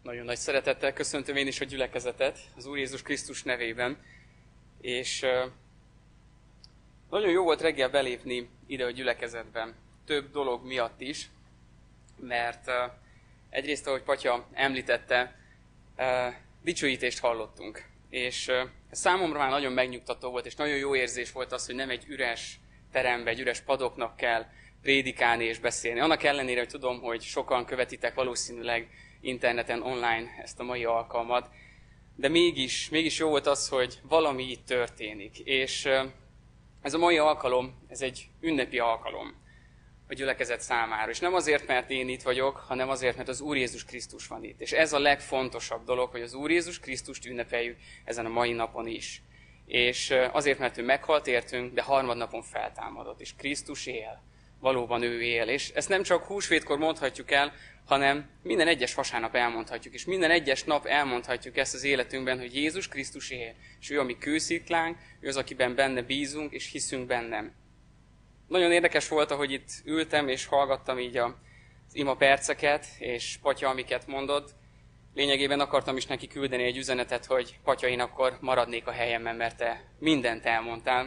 Nagyon nagy szeretettel köszöntöm én is a gyülekezetet az Úr Jézus Krisztus nevében. És nagyon jó volt reggel belépni ide a gyülekezetben. Több dolog miatt is, mert egyrészt, ahogy Patya említette, dicsőítést hallottunk. És ez számomra már nagyon megnyugtató volt, és nagyon jó érzés volt az, hogy nem egy üres terembe, egy üres padoknak kell prédikálni és beszélni. Annak ellenére, hogy tudom, hogy sokan követitek valószínűleg interneten, online ezt a mai alkalmat, de mégis jó volt az, hogy valami itt történik. És ez a mai alkalom, ez egy ünnepi alkalom a gyülekezet számára. És nem azért, mert én itt vagyok, hanem azért, mert az Úr Jézus Krisztus van itt. És ez a legfontosabb dolog, hogy az Úr Jézus Krisztust ünnepeljük ezen a mai napon is. És azért, mert ő meghalt értünk, de harmadnapon feltámadott. És Krisztus él. Valóban ő él. És ezt nem csak húsvétkor mondhatjuk el, hanem minden egyes vasárnap elmondhatjuk, és minden egyes nap elmondhatjuk ezt az életünkben, hogy Jézus Krisztus él, és ő a mi kősziklánk, ő az, akiben benne bízunk, és hiszünk bennem. Nagyon érdekes volt, ahogy itt ültem, és hallgattam így az ima perceket, és Patya, amiket mondott. Lényegében akartam is neki küldeni egy üzenetet, hogy Patya, én akkor maradnék a helyemben, mert te mindent elmondtál.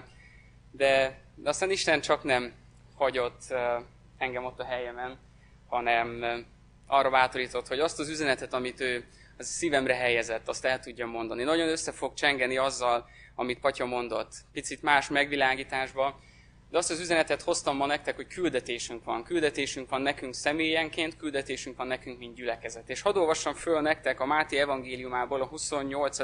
De aztán Isten csak nem hagyott engem ott a helyemen, hanem arra bátorított, hogy azt az üzenetet, amit ő az szívemre helyezett, azt el tudja mondani. Nagyon össze fog csengeni azzal, amit Patya mondott. Picit más megvilágításba, de azt az üzenetet hoztam ma nektek, hogy küldetésünk van. Küldetésünk van nekünk személyenként, küldetésünk van nekünk, mint gyülekezet. És hadd olvassam föl nektek a Máté evangéliumából, a 28.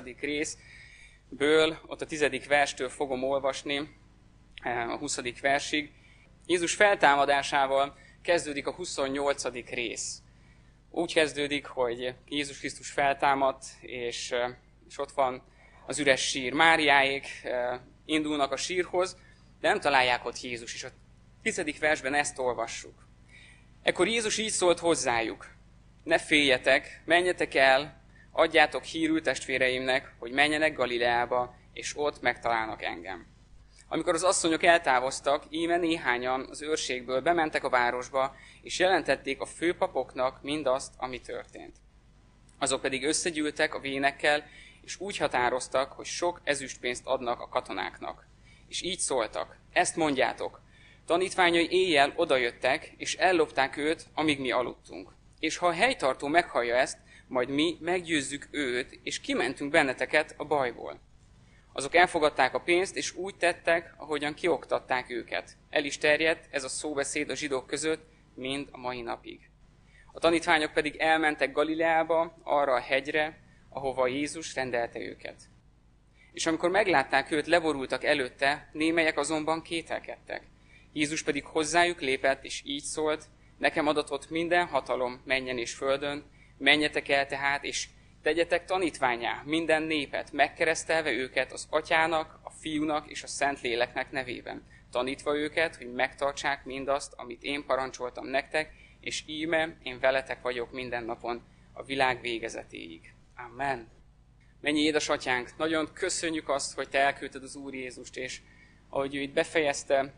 részből, ott a 10. verstől fogom olvasni, a 20. versig. Jézus feltámadásával kezdődik a 28. rész. Úgy kezdődik, hogy Jézus Krisztus feltámadt, és ott van az üres sír. Máriáék indulnak a sírhoz, de nem találják ott Jézus, és a 10. versben ezt olvassuk. Ekkor Jézus így szólt hozzájuk: ne féljetek, menjetek el, adjátok hírül testvéreimnek, hogy menjenek Galileába, és ott megtalálnak engem. Amikor az asszonyok eltávoztak, íme néhányan az őrségből bementek a városba, és jelentették a főpapoknak mindazt, ami történt. Azok pedig összegyűltek a vénekkel, és úgy határoztak, hogy sok ezüstpénzt adnak a katonáknak. És így szóltak: ezt mondjátok, tanítványai éjjel odajöttek, és ellopták őt, amíg mi aludtunk. És ha a helytartó meghallja ezt, majd mi meggyőzzük őt, és kimentünk benneteket a bajból. Azok elfogadták a pénzt, és úgy tettek, ahogyan kioktatták őket. El is terjedt ez a szóbeszéd a zsidók között, mind a mai napig. A tanítványok pedig elmentek Galileába, arra a hegyre, ahova Jézus rendelte őket. És amikor meglátták őt, leborultak előtte, némelyek azonban kételkedtek. Jézus pedig hozzájuk lépett, és így szólt: nekem adatott minden hatalom mennyen és földön, menjetek el tehát, és tegyetek tanítvánnyá minden népet, megkeresztelve őket az Atyának, a Fiúnak és a Szentléleknek nevében, tanítva őket, hogy megtartsák mindazt, amit én parancsoltam nektek, és íme én veletek vagyok minden napon a világ végezetéig. Amen. Mennyi édesatyánk, nagyon köszönjük azt, hogy te elküldted az Úr Jézust, és ahogy ő itt befejezte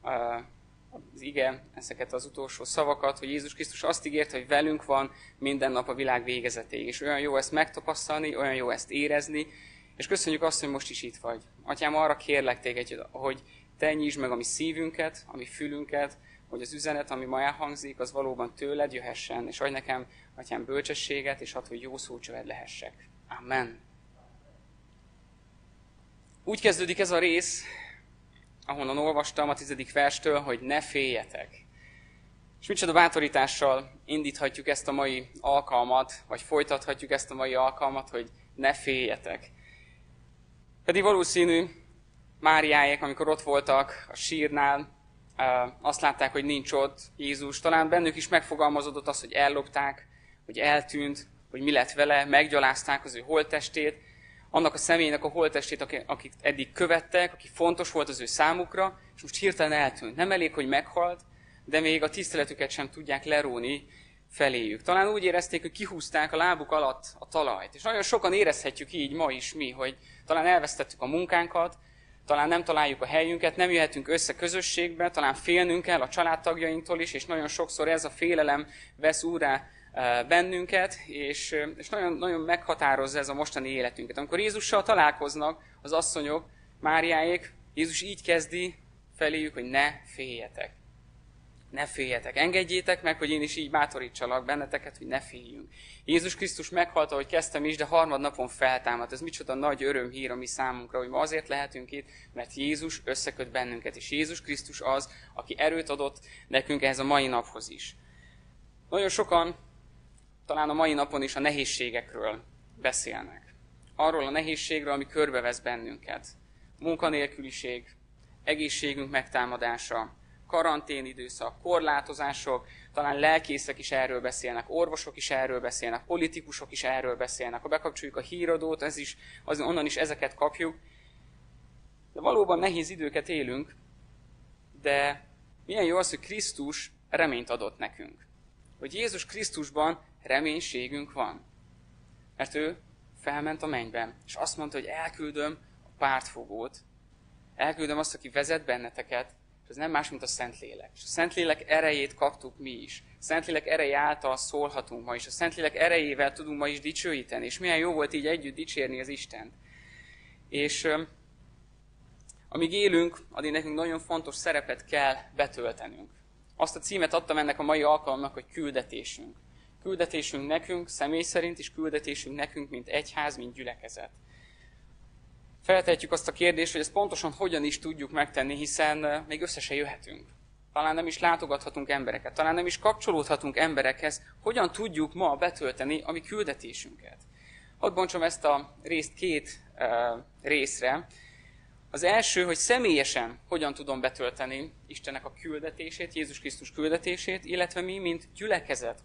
az ige, ezeket az utolsó szavakat, hogy Jézus Krisztus azt ígért, hogy velünk van minden nap a világ végezetéig. És olyan jó ezt megtapasztalni, olyan jó ezt érezni, és köszönjük azt, hogy most is itt vagy. Atyám, arra kérlek téged, hogy te nyisd meg a mi szívünket, a mi fülünket, hogy az üzenet, ami ma elhangzik, az valóban tőled jöhessen, és adj nekem, Atyám, bölcsességet, és add, hogy jó szócsöved lehessek. Amen. Úgy kezdődik ez a rész, ahonnan olvastam a 10. verstől, hogy ne féljetek. És micsoda bátorítással indíthatjuk ezt a mai alkalmat, vagy folytathatjuk ezt a mai alkalmat, hogy ne féljetek. Pedig valószínű, Máriáék, amikor ott voltak a sírnál, azt látták, hogy nincs ott Jézus. Talán bennük is megfogalmazódott az, hogy ellopták, hogy eltűnt, hogy mi lett vele, meggyalázták az ő holttestét, annak a személynek a holttestét, akik eddig követtek, aki fontos volt az ő számukra, és most hirtelen eltűnt. Nem elég, hogy meghalt, de még a tiszteletüket sem tudják leróni feléjük. Talán úgy érezték, hogy kihúzták a lábuk alatt a talajt. És nagyon sokan érezhetjük így ma is mi, hogy talán elvesztettük a munkánkat, talán nem találjuk a helyünket, nem jöhetünk össze közösségbe, talán félnünk kell a családtagjainktól is, és nagyon sokszor ez a félelem vesz úrrá bennünket, és nagyon, nagyon meghatározza ez a mostani életünket. Amikor Jézussal találkoznak az asszonyok, Máriáék, Jézus így kezdi feléjük, hogy ne féljetek. Ne féljetek. Engedjétek meg, hogy én is így bátorítsalak benneteket, hogy ne féljünk. Jézus Krisztus meghalt, ahogy kezdtem is, de harmadnapon feltámadt. Ez micsoda nagy örömhír a mi számunkra, hogy ma azért lehetünk itt, mert Jézus összeköt bennünket, és Jézus Krisztus az, aki erőt adott nekünk ehhez a mai naphoz is. Nagyon sokan, talán a mai napon is a nehézségekről beszélnek. Arról a nehézségről, ami körbevesz bennünket. Munkanélküliség, egészségünk megtámadása, karanténidőszak, korlátozások, talán lelkészek is erről beszélnek, orvosok is erről beszélnek, politikusok is erről beszélnek. Ha bekapcsoljuk a híradót, onnan is ezeket kapjuk. De valóban nehéz időket élünk, de milyen jó az, hogy Krisztus reményt adott nekünk. Hogy Jézus Krisztusban reménységünk van. Mert ő felment a mennyben, és azt mondta, hogy elküldöm a pártfogót, elküldöm azt, aki vezet benneteket, és ez nem más, mint a Szentlélek. És a Szentlélek erejét kaptuk mi is. A Szentlélek ereje által szólhatunk ma is. A Szentlélek erejével tudunk ma is dicsőíteni. És milyen jó volt így együtt dicsérni az Istent. És amíg élünk, addig nekünk nagyon fontos szerepet kell betöltenünk. Azt a címet adtam ennek a mai alkalomnak, hogy küldetésünk. Küldetésünk nekünk, személy szerint, és küldetésünk nekünk, mint egyház, mint gyülekezet. Feltehetjük azt a kérdést, hogy ezt pontosan hogyan is tudjuk megtenni, hiszen még össze se jöhetünk. Talán nem is látogathatunk embereket, talán nem is kapcsolódhatunk emberekhez. Hogyan tudjuk ma betölteni a mi küldetésünket? Hadd bontsom ezt a részt két részre. Az első, hogy személyesen hogyan tudom betölteni Istennek a küldetését, Jézus Krisztus küldetését, illetve mi, mint gyülekezet,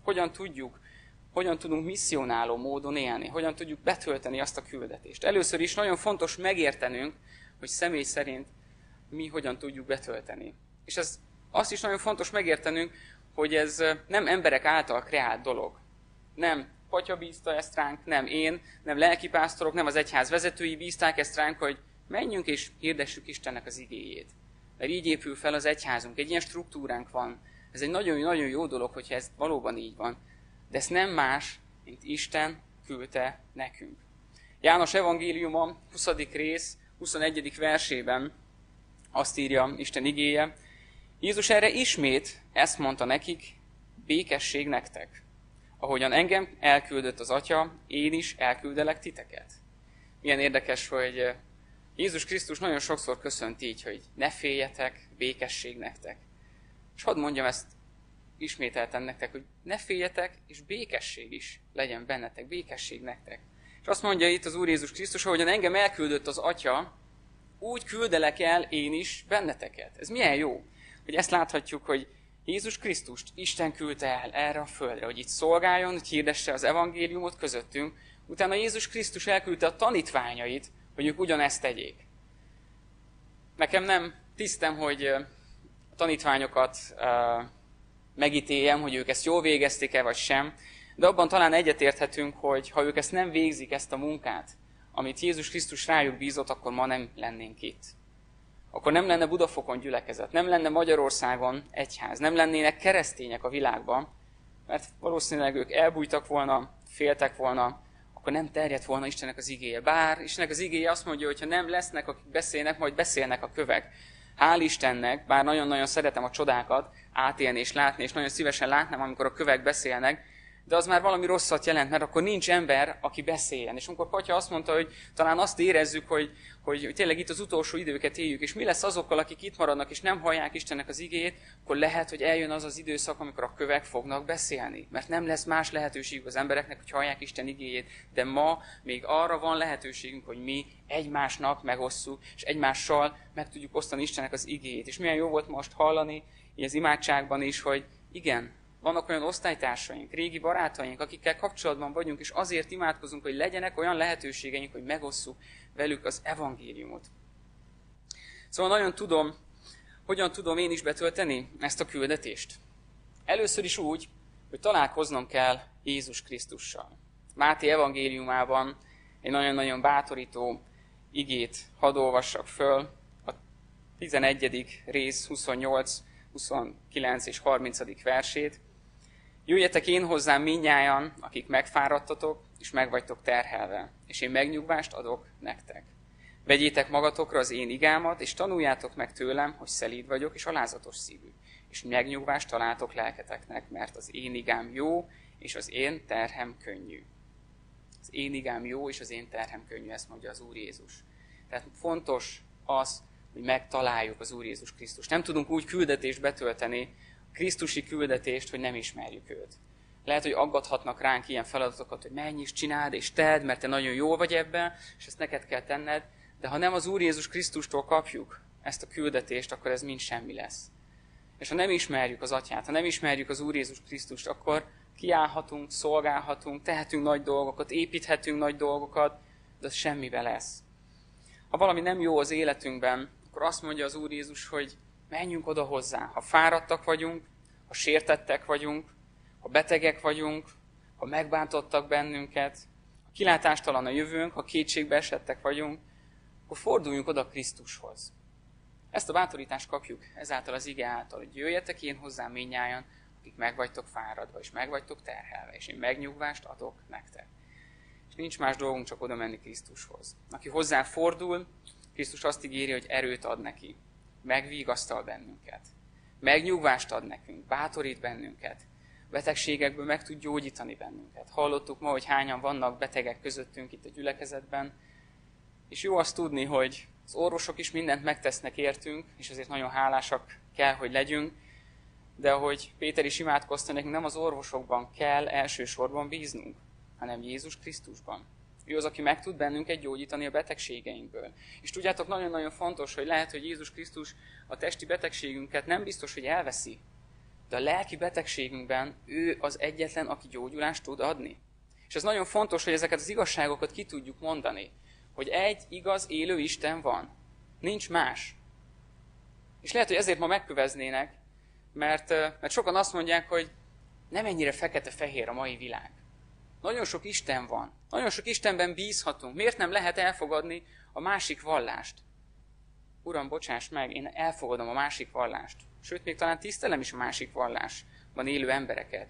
hogyan tudunk misszionáló módon élni, hogyan tudjuk betölteni azt a küldetést. Először is nagyon fontos megértenünk, hogy személy szerint mi hogyan tudjuk betölteni. És azt is nagyon fontos megértenünk, hogy ez nem emberek által kreált dolog. Nem Patya bízta ezt ránk, nem én, nem lelkipásztorok, nem az egyház vezetői bízták ezt ránk, hogy menjünk és hirdessük Istennek az igéjét. Mert így épül fel az egyházunk, egy ilyen struktúránk van. Ez egy nagyon-nagyon jó dolog, hogyha ez valóban így van. De ez nem más, mint Isten küldte nekünk. János evangéliuma 20. rész 21. versében azt írja Isten igéje, Jézus erre ismét ezt mondta nekik, békesség nektek. Ahogyan engem elküldött az Atya, én is elküldelek titeket. Milyen érdekes, hogy Jézus Krisztus nagyon sokszor köszönt így, hogy ne féljetek, békesség nektek. És hadd mondjam ezt ismételten nektek, hogy ne féljetek, és békesség is legyen bennetek, békesség nektek. És azt mondja itt az Úr Jézus Krisztus, ahogyan engem elküldött az Atya, úgy küldelek el én is benneteket. Ez milyen jó, hogy ezt láthatjuk, hogy Jézus Krisztust Isten küldte el erre a földre, hogy itt szolgáljon, hogy hirdesse az evangéliumot közöttünk. Utána Jézus Krisztus elküldte a tanítványait, hogy ők ugyanezt tegyék. Nekem nem tisztem, hogy a tanítványokat megítéljem, hogy ők ezt jól végezték-e vagy sem, de abban talán egyetérthetünk, hogy ha ők ezt nem végzik, ezt a munkát, amit Jézus Krisztus rájuk bízott, akkor ma nem lennénk itt. Akkor nem lenne Budafokon gyülekezet, nem lenne Magyarországon egyház, nem lennének keresztények a világban, mert valószínűleg ők elbújtak volna, féltek volna, akkor nem terjedt volna Istennek az igéje. Bár Istennek az igéje azt mondja, hogy ha nem lesznek, akik beszélnek, majd beszélnek a kövek. Hál' Istennek, bár nagyon-nagyon szeretem a csodákat átélni és látni, és nagyon szívesen látnám, amikor a kövek beszélnek, de az már valami rosszat jelent, mert akkor nincs ember, aki beszéljen. És amikor Patya azt mondta, hogy talán azt érezzük, hogy tényleg itt az utolsó időket éljük, és mi lesz azokkal, akik itt maradnak, és nem hallják Istennek az igéjét, akkor lehet, hogy eljön az az időszak, amikor a kövek fognak beszélni. Mert nem lesz más lehetőségük az embereknek, hogy hallják Isten igéjét, de ma még arra van lehetőségünk, hogy mi egymásnak megosszuk, és egymással meg tudjuk osztani Istennek az igéjét. És milyen jó volt most hallani, így az imádságban is, hogy igen, vannak olyan osztálytársaink, régi barátaink, akikkel kapcsolatban vagyunk, és azért imádkozunk, hogy legyenek olyan lehetőségeink, hogy megosszuk velük az evangéliumot. Szóval nagyon tudom, hogyan tudom én is betölteni ezt a küldetést. Először is úgy, hogy találkoznom kell Jézus Krisztussal. Máté evangéliumában egy nagyon-nagyon bátorító igét hadd olvassak föl, a 11. rész 28, 29 és 30. versét. Jöjjetek én hozzám mindnyájan, akik megfáradtatok, és meg vagytok terhelve, és én megnyugvást adok nektek. Vegyétek magatokra az én igámat, és tanuljátok meg tőlem, hogy szelíd vagyok, és alázatos szívű, és megnyugvást találtok lelketeknek, mert az én igám jó, és az én terhem könnyű. Az én igám jó, és az én terhem könnyű, ezt mondja az Úr Jézus. Tehát fontos az, hogy megtaláljuk az Úr Jézus Krisztust. Nem tudunk úgy küldetést betölteni, krisztusi küldetést, hogy nem ismerjük őt. Lehet, hogy aggathatnak ránk ilyen feladatokat, hogy menj is, csináld és tedd, mert te nagyon jó vagy ebben, és ezt neked kell tenned. De ha nem az Úr Jézus Krisztustól kapjuk ezt a küldetést, akkor ez mind semmi lesz. És ha nem ismerjük az Atyát, ha nem ismerjük az Úr Jézus Krisztust, akkor kiállhatunk, szolgálhatunk, tehetünk nagy dolgokat, építhetünk nagy dolgokat, de az semmibe lesz. Ha valami nem jó az életünkben, akkor azt mondja az Úr Jézus, hogy menjünk oda hozzá. Ha fáradtak vagyunk, ha sértettek vagyunk, ha betegek vagyunk, ha megbántottak bennünket, ha kilátástalan a jövőnk, ha kétségbe esettek vagyunk, akkor forduljunk oda Krisztushoz. Ezt a bátorítást kapjuk ezáltal az ige által, hogy jöjjetek én hozzám mindnyájan, akik meg vagytok fáradva, és meg vagytok terhelve, és én megnyugvást adok nektek. És nincs más dolgunk, csak oda menni Krisztushoz. Aki hozzá fordul, Krisztus azt ígéri, hogy erőt ad neki. Megvigasztal bennünket. Megnyugvást ad nekünk, bátorít bennünket. Betegségekből meg tud gyógyítani bennünket. Hallottuk ma, hogy hányan vannak betegek közöttünk itt a gyülekezetben, és jó azt tudni, hogy az orvosok is mindent megtesznek értünk, és ezért nagyon hálásak kell, hogy legyünk, de ahogy Péter is imádkozta, nekünk nem az orvosokban kell elsősorban bíznunk, hanem Jézus Krisztusban. Ő az, aki meg tud bennünket gyógyítani a betegségeinkből. És tudjátok, nagyon-nagyon fontos, hogy lehet, hogy Jézus Krisztus a testi betegségünket nem biztos, hogy elveszi, de a lelki betegségünkben ő az egyetlen, aki gyógyulást tud adni. És ez nagyon fontos, hogy ezeket az igazságokat ki tudjuk mondani, hogy egy igaz, élő Isten van. Nincs más. És lehet, hogy ezért ma megköveznének, mert sokan azt mondják, hogy nem ennyire fekete-fehér a mai világ. Nagyon sok Isten van. Nagyon sok Istenben bízhatunk. Miért nem lehet elfogadni a másik vallást? Uram, bocsáss meg, én elfogadom a másik vallást. Sőt, még talán tisztelem is a másik vallásban élő embereket.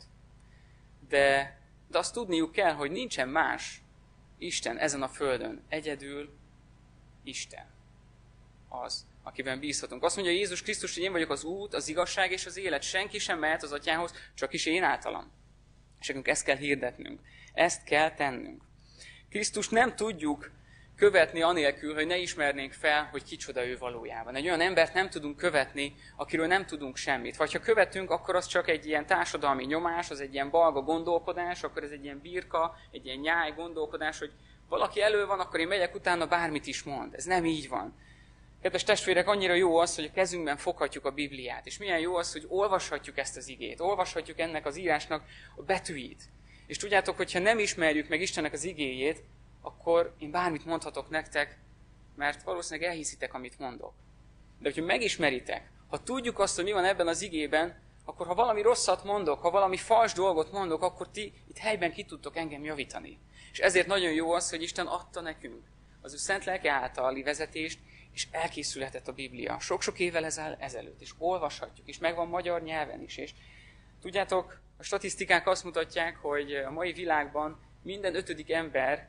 De azt tudniuk kell, hogy nincsen más Isten ezen a földön. Egyedül Isten az, akiben bízhatunk. Azt mondja Jézus Krisztus, hogy én vagyok az út, az igazság és az élet. Senki sem mehet az Atyához, csak is én általam. És nekünk ezt kell hirdetnünk. Ezt kell tennünk. Krisztust nem tudjuk követni anélkül, hogy ne ismernénk fel, hogy kicsoda ő valójában. Egy olyan embert nem tudunk követni, akiről nem tudunk semmit. Vagy ha követünk, akkor az csak egy ilyen társadalmi nyomás, az egy ilyen balga gondolkodás, akkor ez egy ilyen birka, egy ilyen nyáj gondolkodás, hogy valaki elő van, akkor én megyek utána, bármit is mond. Ez nem így van. Kedves testvérek, annyira jó az, hogy a kezünkben foghatjuk a Bibliát. És milyen jó az, hogy olvashatjuk ezt az igét, olvashatjuk ennek az írásnak a betűit. És tudjátok, hogyha nem ismerjük meg Istennek az igéjét, akkor én bármit mondhatok nektek, mert valószínűleg elhiszitek, amit mondok. De hogyha megismeritek, ha tudjuk azt, hogy mi van ebben az igében, akkor ha valami rosszat mondok, ha valami fals dolgot mondok, akkor ti itt helyben ki tudtok engem javítani. És ezért nagyon jó az, hogy Isten adta nekünk az ő szent lelke általi vezetést, és elkészülhetett a Biblia sok-sok évvel ezelőtt, és olvashatjuk, és megvan magyar nyelven is. És tudjátok, a statisztikák azt mutatják, hogy a mai világban minden 5. embernek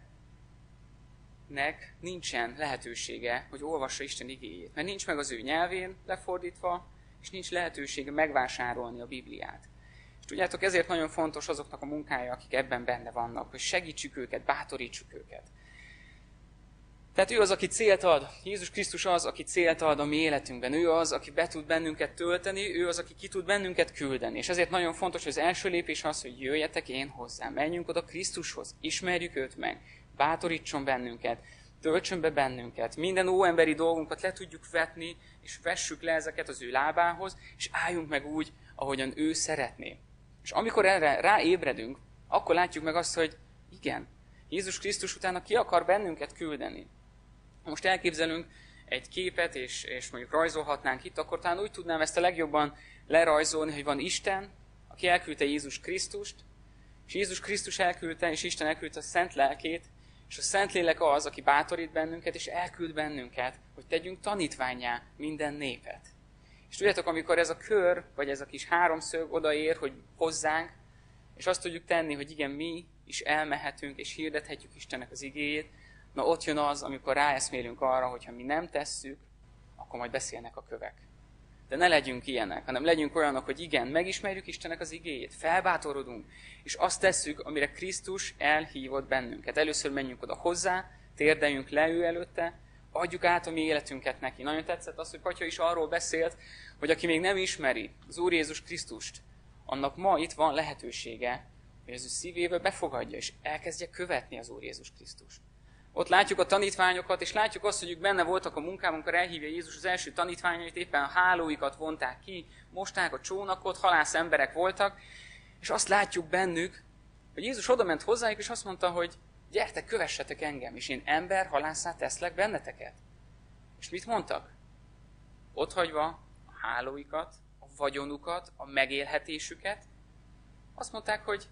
nincsen lehetősége, hogy olvassa Isten igéjét. Mert nincs meg az ő nyelvén lefordítva, és nincs lehetősége megvásárolni a Bibliát. És tudjátok, ezért nagyon fontos azoknak a munkája, akik ebben benne vannak, hogy segítsük őket, bátorítsuk őket. Tehát ő az, aki célt ad. Jézus Krisztus az, aki célt ad a mi életünkben. Ő az, aki be tud bennünket tölteni, ő az, aki ki tud bennünket küldeni. És ezért nagyon fontos, hogy az első lépés az, hogy jöjjetek én hozzám. Menjünk oda Krisztushoz, ismerjük őt meg, bátorítson bennünket, töltsön be bennünket. Minden óemberi dolgunkat le tudjuk vetni, és vessük le ezeket az ő lábához, és álljunk meg úgy, ahogyan ő szeretné. És amikor erre ráébredünk, akkor látjuk meg azt, hogy igen, Jézus Krisztus utána ki akar bennünket küldeni. Ha most elképzelünk egy képet, és mondjuk rajzolhatnánk itt, akkor talán úgy tudnám ezt a legjobban lerajzolni, hogy van Isten, aki elküldte Jézus Krisztust, és Jézus Krisztus elküldte, és Isten elküldte a Szent Lelkét, és a Szentlélek az, aki bátorít bennünket, és elküld bennünket, hogy tegyünk tanítvánnyá minden népet. És tudjátok, amikor ez a kör, vagy ez a kis háromszög odaér, hogy hozzánk, és azt tudjuk tenni, hogy igen, mi is elmehetünk, és hirdethetjük Istennek az igéjét, na ott jön az, amikor ráeszmélünk arra, hogy ha mi nem tesszük, akkor majd beszélnek a kövek. De ne legyünk ilyenek, hanem legyünk olyanok, hogy igen, megismerjük Istennek az igéjét, felbátorodunk, és azt tesszük, amire Krisztus elhívott bennünket. Először menjünk oda hozzá, térdeljünk le ő előtte, adjuk át a mi életünket neki. Nagyon tetszett az, hogy Patya is arról beszélt, hogy aki még nem ismeri az Úr Jézus Krisztust, annak ma itt van lehetősége, hogy az ő szívébe befogadja, és elkezdje követni az Úr Jézus Krisztust. Ott látjuk a tanítványokat, és látjuk azt, hogy ők benne voltak a munkában, amikor elhívja Jézus az első tanítványait, éppen a hálóikat vonták ki, mosták a csónakot, halász emberek voltak, és azt látjuk bennük, hogy Jézus odament hozzájuk, és azt mondta, hogy gyertek, kövessetek engem, és én ember halásszá teszlek benneteket. És mit mondtak? Otthagyva a hálóikat, a vagyonukat, a megélhetésüket, azt mondták, hogy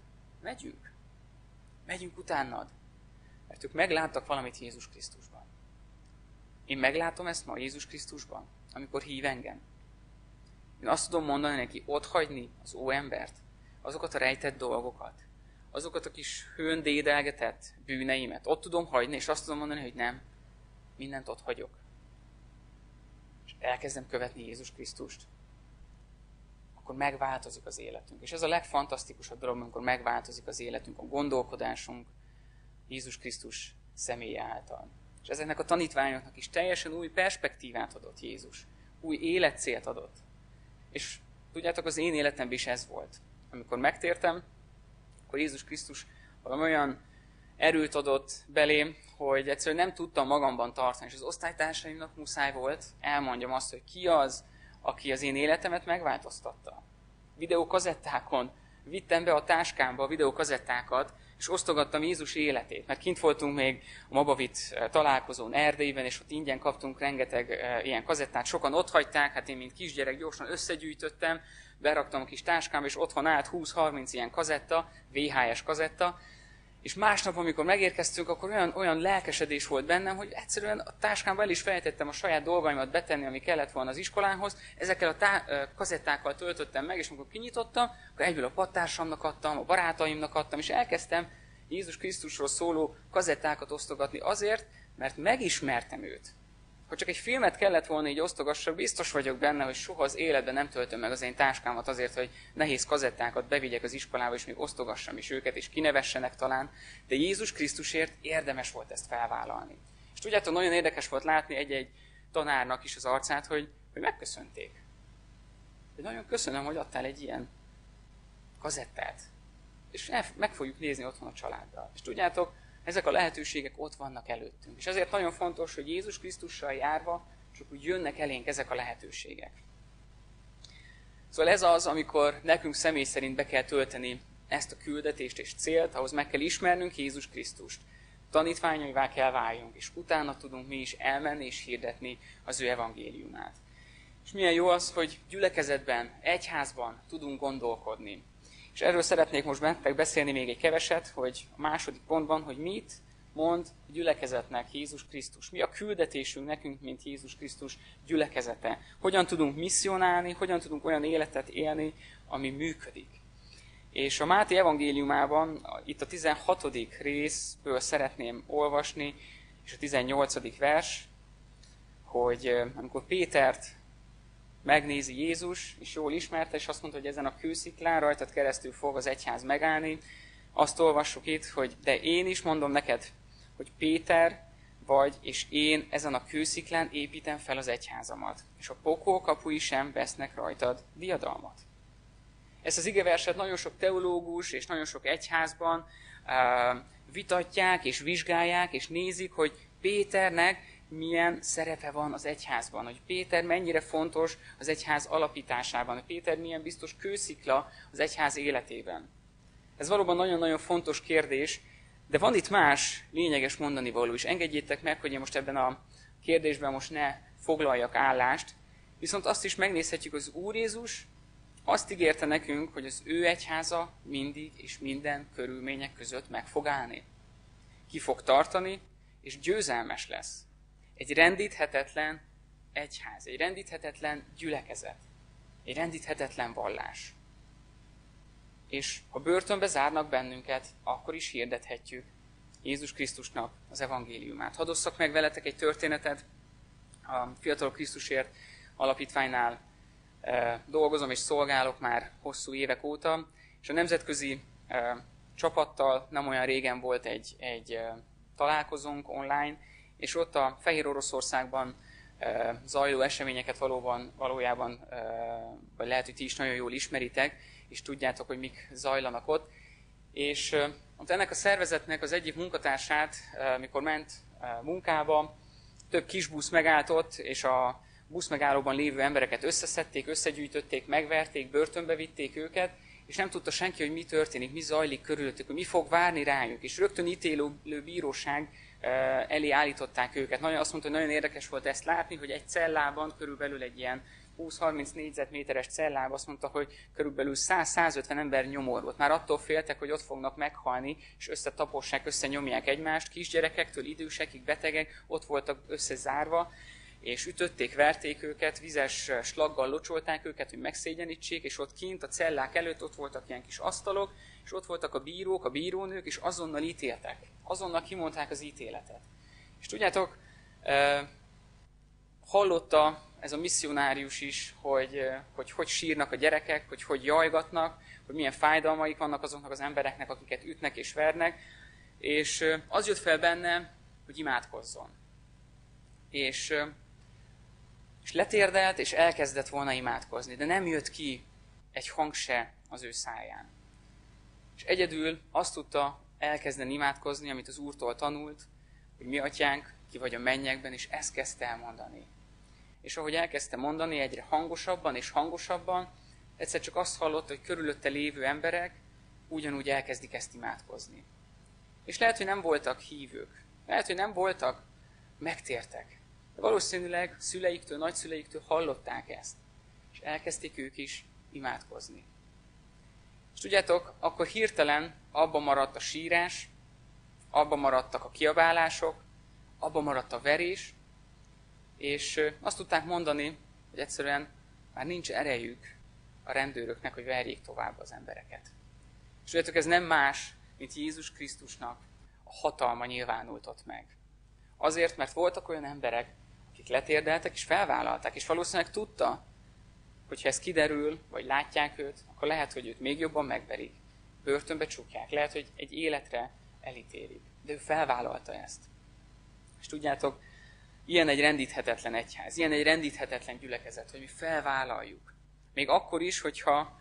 megyünk utánad. Mert ők megláttak valamit Jézus Krisztusban. Én meglátom ezt ma Jézus Krisztusban, amikor hív engem. Én azt tudom mondani neki, otthagyni az óembert, azokat a rejtett dolgokat, azokat a kis hőn dédelgetett bűneimet. Ott tudom hagyni, és azt tudom mondani, hogy nem, mindent ott hagyok. És elkezdem követni Jézus Krisztust. Akkor megváltozik az életünk. És ez a legfantasztikusabb dolog, amikor megváltozik az életünk, a gondolkodásunk Jézus Krisztus személye által. És ezeknek a tanítványoknak is teljesen új perspektívát adott Jézus. Új életcélt adott. És tudjátok, az én életemben is ez volt. Amikor megtértem, akkor Jézus Krisztus valami olyan erőt adott belém, hogy egyszerűen nem tudtam magamban tartani. És az osztálytársaimnak muszáj volt elmondjam azt, hogy ki az, aki az én életemet megváltoztatta. Videókazettákon vittem be a táskámba a videókazettákat, és osztogattam Jézus életét. Mert kint voltunk még a Mabavit találkozón Erdélyben, és ott ingyen kaptunk rengeteg ilyen kazettát. Sokan ott hagyták, hát én mint kisgyerek gyorsan összegyűjtöttem, beraktam a kis táskámba, és otthon állt 20-30 ilyen kazetta, VHS kazetta, és másnap, amikor megérkeztünk, akkor olyan lelkesedés volt bennem, hogy egyszerűen a táskámba el is felejtettem a saját dolgaimat betenni, ami kellett volna az iskolához. Ezekkel a kazettákkal töltöttem meg, és amikor kinyitottam, akkor egyből a pattársamnak adtam, a barátaimnak adtam, és elkezdtem Jézus Krisztusról szóló kazettákat osztogatni azért, mert megismertem őt. Ha csak egy filmet kellett volna így osztogassak, biztos vagyok benne, hogy soha az életben nem töltöm meg az én táskámat azért, hogy nehéz kazettákat bevigyek az iskolába, és még osztogassam is őket, és kinevessenek talán. De Jézus Krisztusért érdemes volt ezt felvállalni. És tudjátok, nagyon érdekes volt látni egy-egy tanárnak is az arcát, hogy megköszönték. De nagyon köszönöm, hogy adtál egy ilyen kazettát. És meg fogjuk nézni otthon a családdal. És tudjátok, ezek a lehetőségek ott vannak előttünk. És ezért nagyon fontos, hogy Jézus Krisztussal járva csak úgy jönnek elénk ezek a lehetőségek. Szóval ez az, amikor nekünk személy szerint be kell tölteni ezt a küldetést és célt, ahhoz meg kell ismernünk Jézus Krisztust. Tanítványaivá kell váljunk, és utána tudunk mi is elmenni és hirdetni az ő evangéliumát. És milyen jó az, hogy gyülekezetben, egyházban tudunk gondolkodni. És erről szeretnék most bennetek beszélni még egy keveset, hogy a második pontban, hogy mit mond a gyülekezetnek Jézus Krisztus. Mi a küldetésünk nekünk, mint Jézus Krisztus gyülekezete. Hogyan tudunk misszionálni, hogyan tudunk olyan életet élni, ami működik. És a Máté evangéliumában, itt a 16. részből szeretném olvasni, és a 18. vers, hogy amikor Pétert megnézi Jézus, és jól ismerte, és azt mondta, hogy ezen a kősziklán rajtad keresztül fog az egyház megállni. Azt olvassuk itt, hogy de én is mondom neked, hogy Péter vagy, és én ezen a kősziklán építem fel az egyházamat, és a pokol kapui sem vesznek rajtad diadalmat. Ezt az igeverset nagyon sok teológus és nagyon sok egyházban vitatják és vizsgálják, és nézik, hogy Péternek milyen szerepe van az egyházban, hogy Péter mennyire fontos az egyház alapításában, hogy Péter milyen biztos kőszikla az egyház életében. Ez valóban nagyon-nagyon fontos kérdés, de van itt más lényeges mondani való is. Engedjétek meg, hogy én most ebben a kérdésben most ne foglaljak állást, viszont azt is megnézhetjük, hogy az Úr Jézus azt ígérte nekünk, hogy az ő egyháza mindig és minden körülmények között meg fog állni. Ki fog tartani, és győzelmes lesz. Egy rendíthetetlen egyház, egy rendíthetetlen gyülekezet, egy rendíthetetlen vallás. és ha börtönbe zárnak bennünket, akkor is hirdethetjük Jézus Krisztusnak az evangéliumát. Hadd osszak meg veletek egy történetet. A Fiatalok Krisztusért alapítványnál dolgozom és szolgálok már hosszú évek óta, és a nemzetközi csapattal nem olyan régen volt egy találkozónk online, és ott a Fehér Oroszországban zajló eseményeket valójában, vagy lehet, hogy ti is nagyon jól ismeritek, és tudjátok, hogy mik zajlanak ott. És ott ennek a szervezetnek az egyik munkatársát, mikor ment munkába, több kis busz megállt ott, és a buszmegállóban lévő embereket összeszedték, összegyűjtötték, megverték, börtönbe vitték őket, és nem tudta senki, hogy mi történik, mi zajlik körülöttük, hogy mi fog várni rájuk. És rögtön ítélő bíróság elé állították őket. Azt mondta, hogy nagyon érdekes volt ezt látni, hogy egy cellában, körülbelül egy ilyen 20-30 négyzetméteres cellában azt mondta, hogy körülbelül 100-150 ember nyomorult. Már attól féltek, hogy ott fognak meghalni, és összetapossák, összenyomják egymást, kisgyerekektől idősekig, betegek, ott voltak összezárva, és ütötték, verték őket, vizes slaggal locsolták őket, hogy megszégyenítsék, és ott kint a cellák előtt ott voltak ilyen kis asztalok, és ott voltak a bírók, a bírónők, és azonnal ítéltek. Azonnal kimondták az ítéletet. És tudjátok, hallotta ez a misszionárius is, hogy sírnak a gyerekek, hogy jajgatnak, hogy milyen fájdalmaik vannak azoknak az embereknek, akiket ütnek és vernek, és az jött fel benne, hogy imádkozzon. És letérdelt, és elkezdett volna imádkozni, de nem jött ki egy hang se az ő száján. És egyedül azt tudta elkezdeni imádkozni, amit az Úrtól tanult, hogy mi atyánk, ki vagy a mennyekben, és ezt kezdte elmondani. És ahogy elkezdte mondani, egyre hangosabban és hangosabban, egyszer csak azt hallotta, hogy körülötte lévő emberek ugyanúgy elkezdik ezt imádkozni. És lehet, hogy nem voltak hívők, lehet, hogy nem voltak, megtértek. De valószínűleg szüleiktől, nagyszüleiktől hallották ezt, és elkezdték ők is imádkozni. És tudjátok, akkor hirtelen abba maradt a sírás, abba maradtak a kiabálások, abba maradt a verés, és azt tudták mondani, hogy egyszerűen már nincs erejük a rendőröknek, hogy verjék tovább az embereket. És tudjátok, ez nem más, mint Jézus Krisztusnak a hatalma nyilvánult ott meg. Azért, mert voltak olyan emberek, akik letérdeltek és felvállalták, és valószínűleg tudta, hogy ha ez kiderül, vagy látják őt, akkor lehet, hogy őt még jobban megverik, börtönbe csukják, lehet, hogy egy életre elítélik. De ő felvállalta ezt. És tudjátok, ilyen egy rendíthetetlen egyház, ilyen egy rendíthetetlen gyülekezet, hogy mi felvállaljuk. Még akkor is, hogyha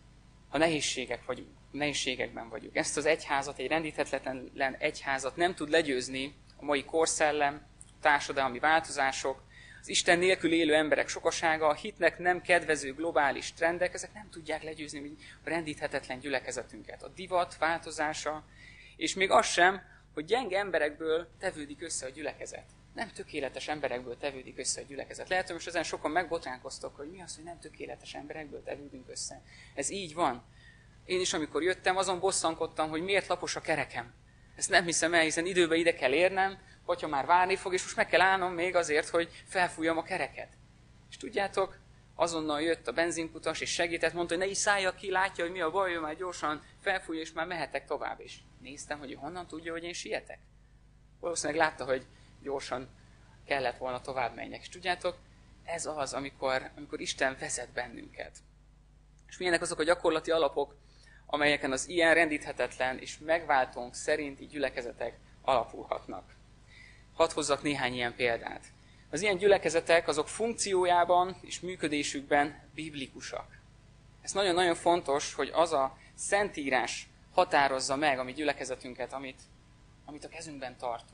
nehézségekben vagyunk. Ezt az egyházat, egy rendíthetetlen egyházat nem tud legyőzni a mai korszellem, társadalmi változások, az Isten nélkül élő emberek sokasága, a hitnek nem kedvező globális trendek, ezek nem tudják legyőzni a rendíthetetlen gyülekezetünket. A divat változása, és még az sem, hogy gyenge emberekből tevődik össze a gyülekezet. Nem tökéletes emberekből tevődik össze a gyülekezet. Lehet, hogy most ezen sokan megbotránkoztok, hogy mi az, hogy nem tökéletes emberekből tevődünk össze. Ez így van. Én is, amikor jöttem, azon bosszankodtam, hogy miért lapos a kerekem. Ezt nem hiszem el, hiszen időben ide kell érnem, hogyha már várni fog, és most meg kell állnom még azért, hogy felfújjam a kereket. És tudjátok, azonnal jött a benzinkutas, és segített, mondta, hogy ne is szálljak ki, látja, hogy mi a baj, ő már gyorsan felfújja, és már mehetek tovább is. Néztem, hogy ő honnan tudja, hogy én sietek. Valószínűleg látta, hogy gyorsan kellett volna tovább menjek. És tudjátok, ez az, amikor Isten vezet bennünket. És milyenek azok a gyakorlati alapok, amelyeken az ilyen rendíthetetlen és megváltónk szerinti gyülekezetek alapulhatnak. Hadd hozzak néhány ilyen példát. Az ilyen gyülekezetek azok funkciójában és működésükben biblikusak. Ez nagyon-nagyon fontos, hogy az a Szentírás határozza meg a mi gyülekezetünket, amit a kezünkben tartunk.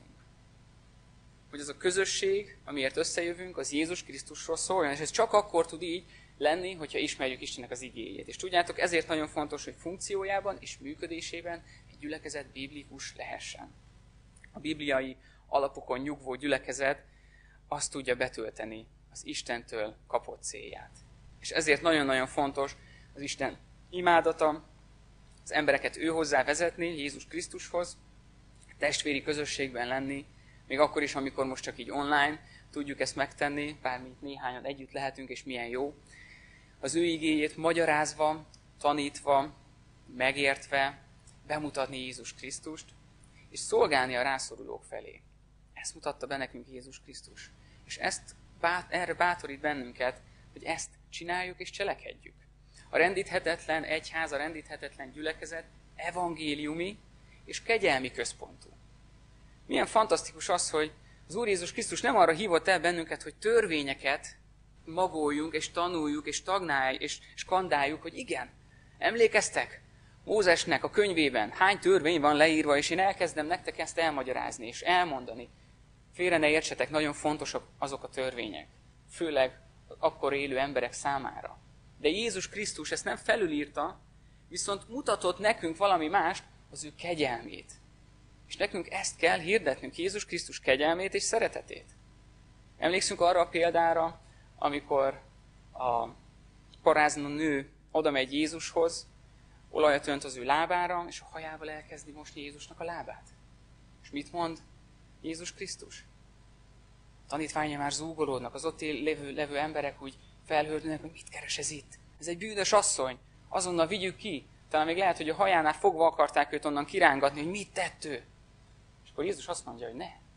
Hogy az a közösség, amiért összejövünk, az Jézus Krisztusról szóljon, és ez csak akkor tud így lenni, hogyha ismerjük Istennek az igéjét. És tudjátok, ezért nagyon fontos, hogy funkciójában és működésében egy gyülekezet biblikus lehessen. A bibliai alapokon nyugvó gyülekezet azt tudja betölteni az Istentől kapott célját. És ezért nagyon-nagyon fontos az Isten imádata, az embereket ő hozzá vezetni, Jézus Krisztushoz, testvéri közösségben lenni, még akkor is, amikor most csak így online tudjuk ezt megtenni, bármint néhányan együtt lehetünk, és milyen jó. Az ő igéjét magyarázva, tanítva, megértve bemutatni Jézus Krisztust, és szolgálni a rászorulók felé. Ezt mutatta be nekünk Jézus Krisztus. És erre bátorít bennünket, hogy ezt csináljuk és cselekedjük. A rendíthetetlen egyház, a rendíthetetlen gyülekezet evangéliumi és kegyelmi központú. Milyen fantasztikus az, hogy az Úr Jézus Krisztus nem arra hívott el bennünket, hogy törvényeket magoljunk, és tanuljuk, és tagnáljuk, és skandáljuk, hogy igen, emlékeztek? Mózesnek a könyvében hány törvény van leírva, és én elkezdem nektek ezt elmagyarázni, és elmondani. Félre ne értsetek, nagyon fontosak azok a törvények. Főleg akkor élő emberek számára. De Jézus Krisztus ezt nem felülírta, viszont mutatott nekünk valami mást, az ő kegyelmét. És nekünk ezt kell hirdetnünk, Jézus Krisztus kegyelmét és szeretetét. Emlékszünk arra a példára, amikor a parázna nő oda megy Jézushoz, olajat önt az ő lábára, és a hajával elkezdi mosni Jézusnak a lábát. És mit mond Jézus Krisztus? A tanítványai már zúgolódnak, az ott levő emberek úgy felhördülnek, hogy mit keres ez itt? Ez egy bűnös asszony, azonnal vigyük ki. Talán még lehet, hogy a hajánál fogva akarták őt onnan kirángatni, hogy mit tett ő. És akkor Jézus azt mondja, hogy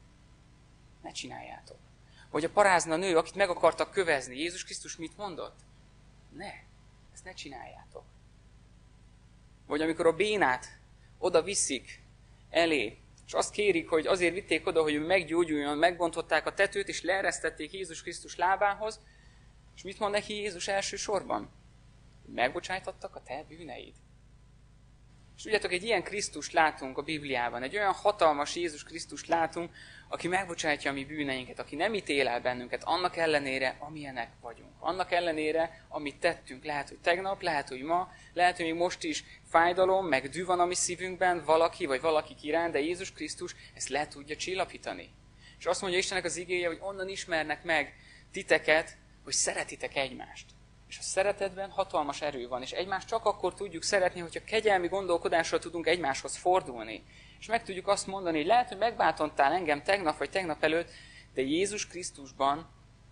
ne csináljátok. Vagy a parázna nő, akit meg akartak kövezni, Jézus Krisztus mit mondott? Ezt ne csináljátok. Vagy amikor a bénát oda viszik elé, és azt kérik, hogy azért vitték oda, hogy ő meggyógyuljon, megbontották a tetőt, és leeresztették Jézus Krisztus lábához, és mit mond neki Jézus elsősorban? Megbocsájtottak a te bűneid. És tudjátok, egy ilyen Krisztust látunk a Bibliában, egy olyan hatalmas Jézus Krisztust látunk, aki megbocsátja a mi bűneinket, aki nem ítél el bennünket, annak ellenére, amilyenek vagyunk. Annak ellenére, amit tettünk, lehet, hogy tegnap, lehet, hogy ma, lehet, hogy még most is fájdalom, meg dű van a mi szívünkben, valaki vagy valakik iránt, de Jézus Krisztus ezt le tudja csillapítani. És azt mondja Istennek az igéje, hogy onnan ismernek meg titeket, hogy szeretitek egymást. És a szeretetben hatalmas erő van, és egymást csak akkor tudjuk szeretni, hogyha kegyelmi gondolkodással tudunk egymáshoz fordulni. És meg tudjuk azt mondani, hogy lehet, hogy megbántottál engem tegnap vagy tegnap előtt, de Jézus Krisztusban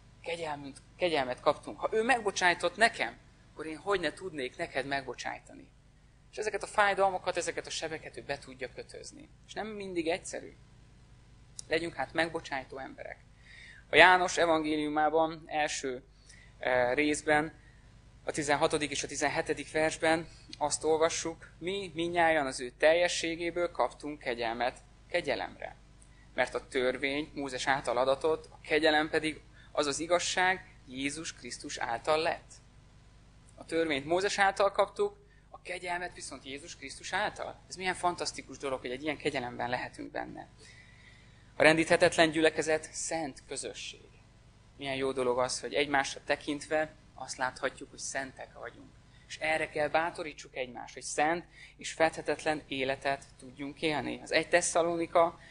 kegyelmet kaptunk. Ha ő megbocsájtott nekem, akkor én hogy ne tudnék neked megbocsájtani. És ezeket a fájdalmakat, ezeket a sebeket ő be tudja kötözni. És nem mindig egyszerű. Legyünk hát megbocsájtó emberek. A János evangéliumában első részben, a 16. és a 17. versben azt olvassuk, mi mindnyájan az ő teljességéből kaptunk kegyelmet kegyelemre. Mert a törvény Mózes által adatott, a kegyelem pedig az az igazság Jézus Krisztus által lett. A törvényt Mózes által kaptuk, a kegyelmet viszont Jézus Krisztus által. Ez milyen fantasztikus dolog, hogy egy ilyen kegyelemben lehetünk benne. A rendíthetetlen gyülekezet szent közösség. Milyen jó dolog az, hogy egymásra tekintve azt láthatjuk, hogy szentek vagyunk. És erre kell bátorítsuk egymást, hogy szent és fedhetetlen életet tudjunk élni. Az 1 Tesszalonika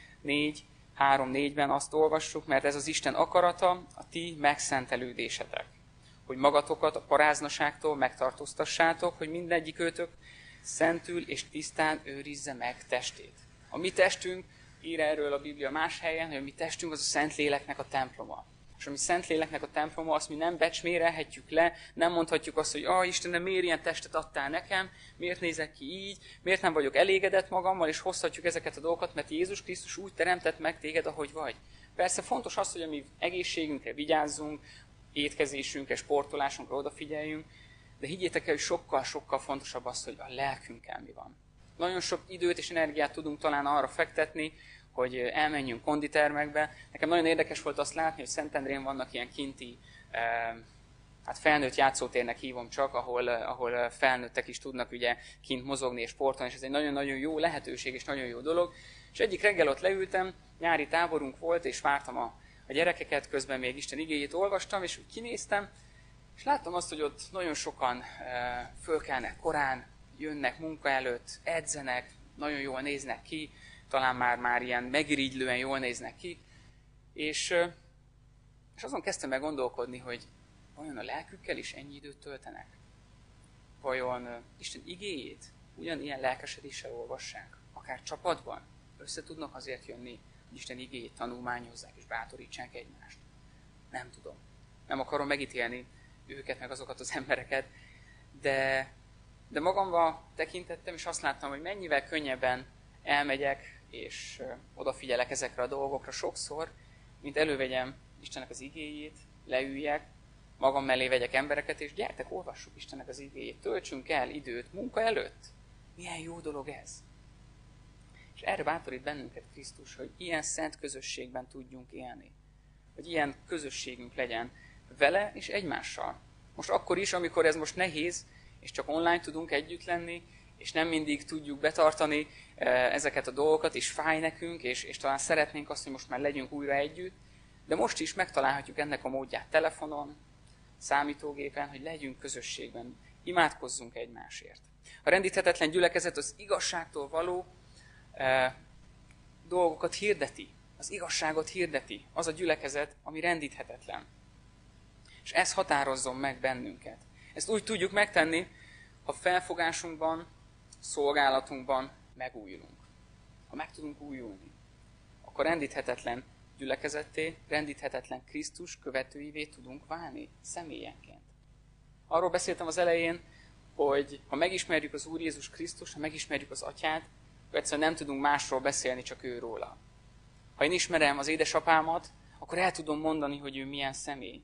4:3-4-ben azt olvassuk, mert ez az Isten akarata, a ti megszentelődésetek. Hogy magatokat a paráznaságtól megtartóztassátok, hogy mindegyikőtök szentül és tisztán őrizze meg testét. A mi testünk, ír erről a Biblia más helyen, hogy a mi testünk az a Szentléleknek a temploma. És a mi Szentléleknek a temploma, azt mi nem becsmérelhetjük le, nem mondhatjuk azt, hogy Istenem, miért ilyen testet adtál nekem, miért nézek ki így, miért nem vagyok elégedett magammal, és hozhatjuk ezeket a dolgokat, mert Jézus Krisztus úgy teremtett meg téged, ahogy vagy. Persze fontos az, hogy a mi egészségünkre vigyázzunk, étkezésünkre, sportolásunkra odafigyeljünk, de higgyétek el, hogy sokkal-sokkal fontosabb az, hogy a lelkünkkel mi van. Nagyon sok időt és energiát tudunk talán arra fektetni, hogy elmenjünk konditermekbe. Nekem nagyon érdekes volt azt látni, hogy Szentendrén vannak ilyen kinti, felnőtt játszótérnek hívom csak, ahol felnőttek is tudnak ugye kint mozogni és sportolni, és ez egy nagyon-nagyon jó lehetőség és nagyon jó dolog. És egyik reggel ott leültem, nyári táborunk volt, és vártam a gyerekeket, közben még Isten igéjét olvastam, és úgy kinéztem, és láttam azt, hogy ott nagyon sokan fölkelnek korán, jönnek munka előtt, edzenek, nagyon jól néznek ki, talán már ilyen megirigylően jól néznek ki, és azon kezdtem meg gondolkodni, hogy vajon a lelkükkel is ennyi időt töltenek? Vajon Isten igéjét ugyanilyen lelkesedéssel olvassák? Akár csapatban össze tudnak azért jönni, hogy Isten igéjét tanulmányozzák és bátorítsák egymást? Nem tudom. Nem akarom megítélni őket, meg azokat az embereket, de De magamba tekintettem, és azt láttam, hogy mennyivel könnyebben elmegyek, és odafigyelek ezekre a dolgokra sokszor, mint elővegyem Istennek az igéjét, leüljek, magam mellé vegyek embereket, és gyertek, olvassuk Istennek az igéjét, töltsünk el időt munka előtt. Milyen jó dolog ez! És erre bátorít bennünket Krisztus, hogy ilyen szent közösségben tudjunk élni. Hogy ilyen közösségünk legyen vele és egymással. Most akkor is, amikor ez most nehéz, és csak online tudunk együtt lenni, és nem mindig tudjuk betartani ezeket a dolgokat, és fáj nekünk, és talán szeretnénk azt, hogy most már legyünk újra együtt, de most is megtalálhatjuk ennek a módját telefonon, számítógépen, hogy legyünk közösségben, imádkozzunk egymásért. A rendíthetetlen gyülekezet az igazságtól való dolgokat hirdeti, az igazságot hirdeti, az a gyülekezet, ami rendíthetetlen. És ez határozzon meg bennünket. Ezt úgy tudjuk megtenni, ha felfogásunkban, szolgálatunkban megújulunk. Ha meg tudunk újulni, akkor rendíthetetlen gyülekezetté, rendíthetetlen Krisztus követőivé tudunk válni személyenként. Arról beszéltem az elején, hogy ha megismerjük az Úr Jézus Krisztust, ha megismerjük az Atyát, akkor egyszerűen nem tudunk másról beszélni, csak őróla. Ha én ismerem az édesapámat, akkor el tudom mondani, hogy ő milyen személy.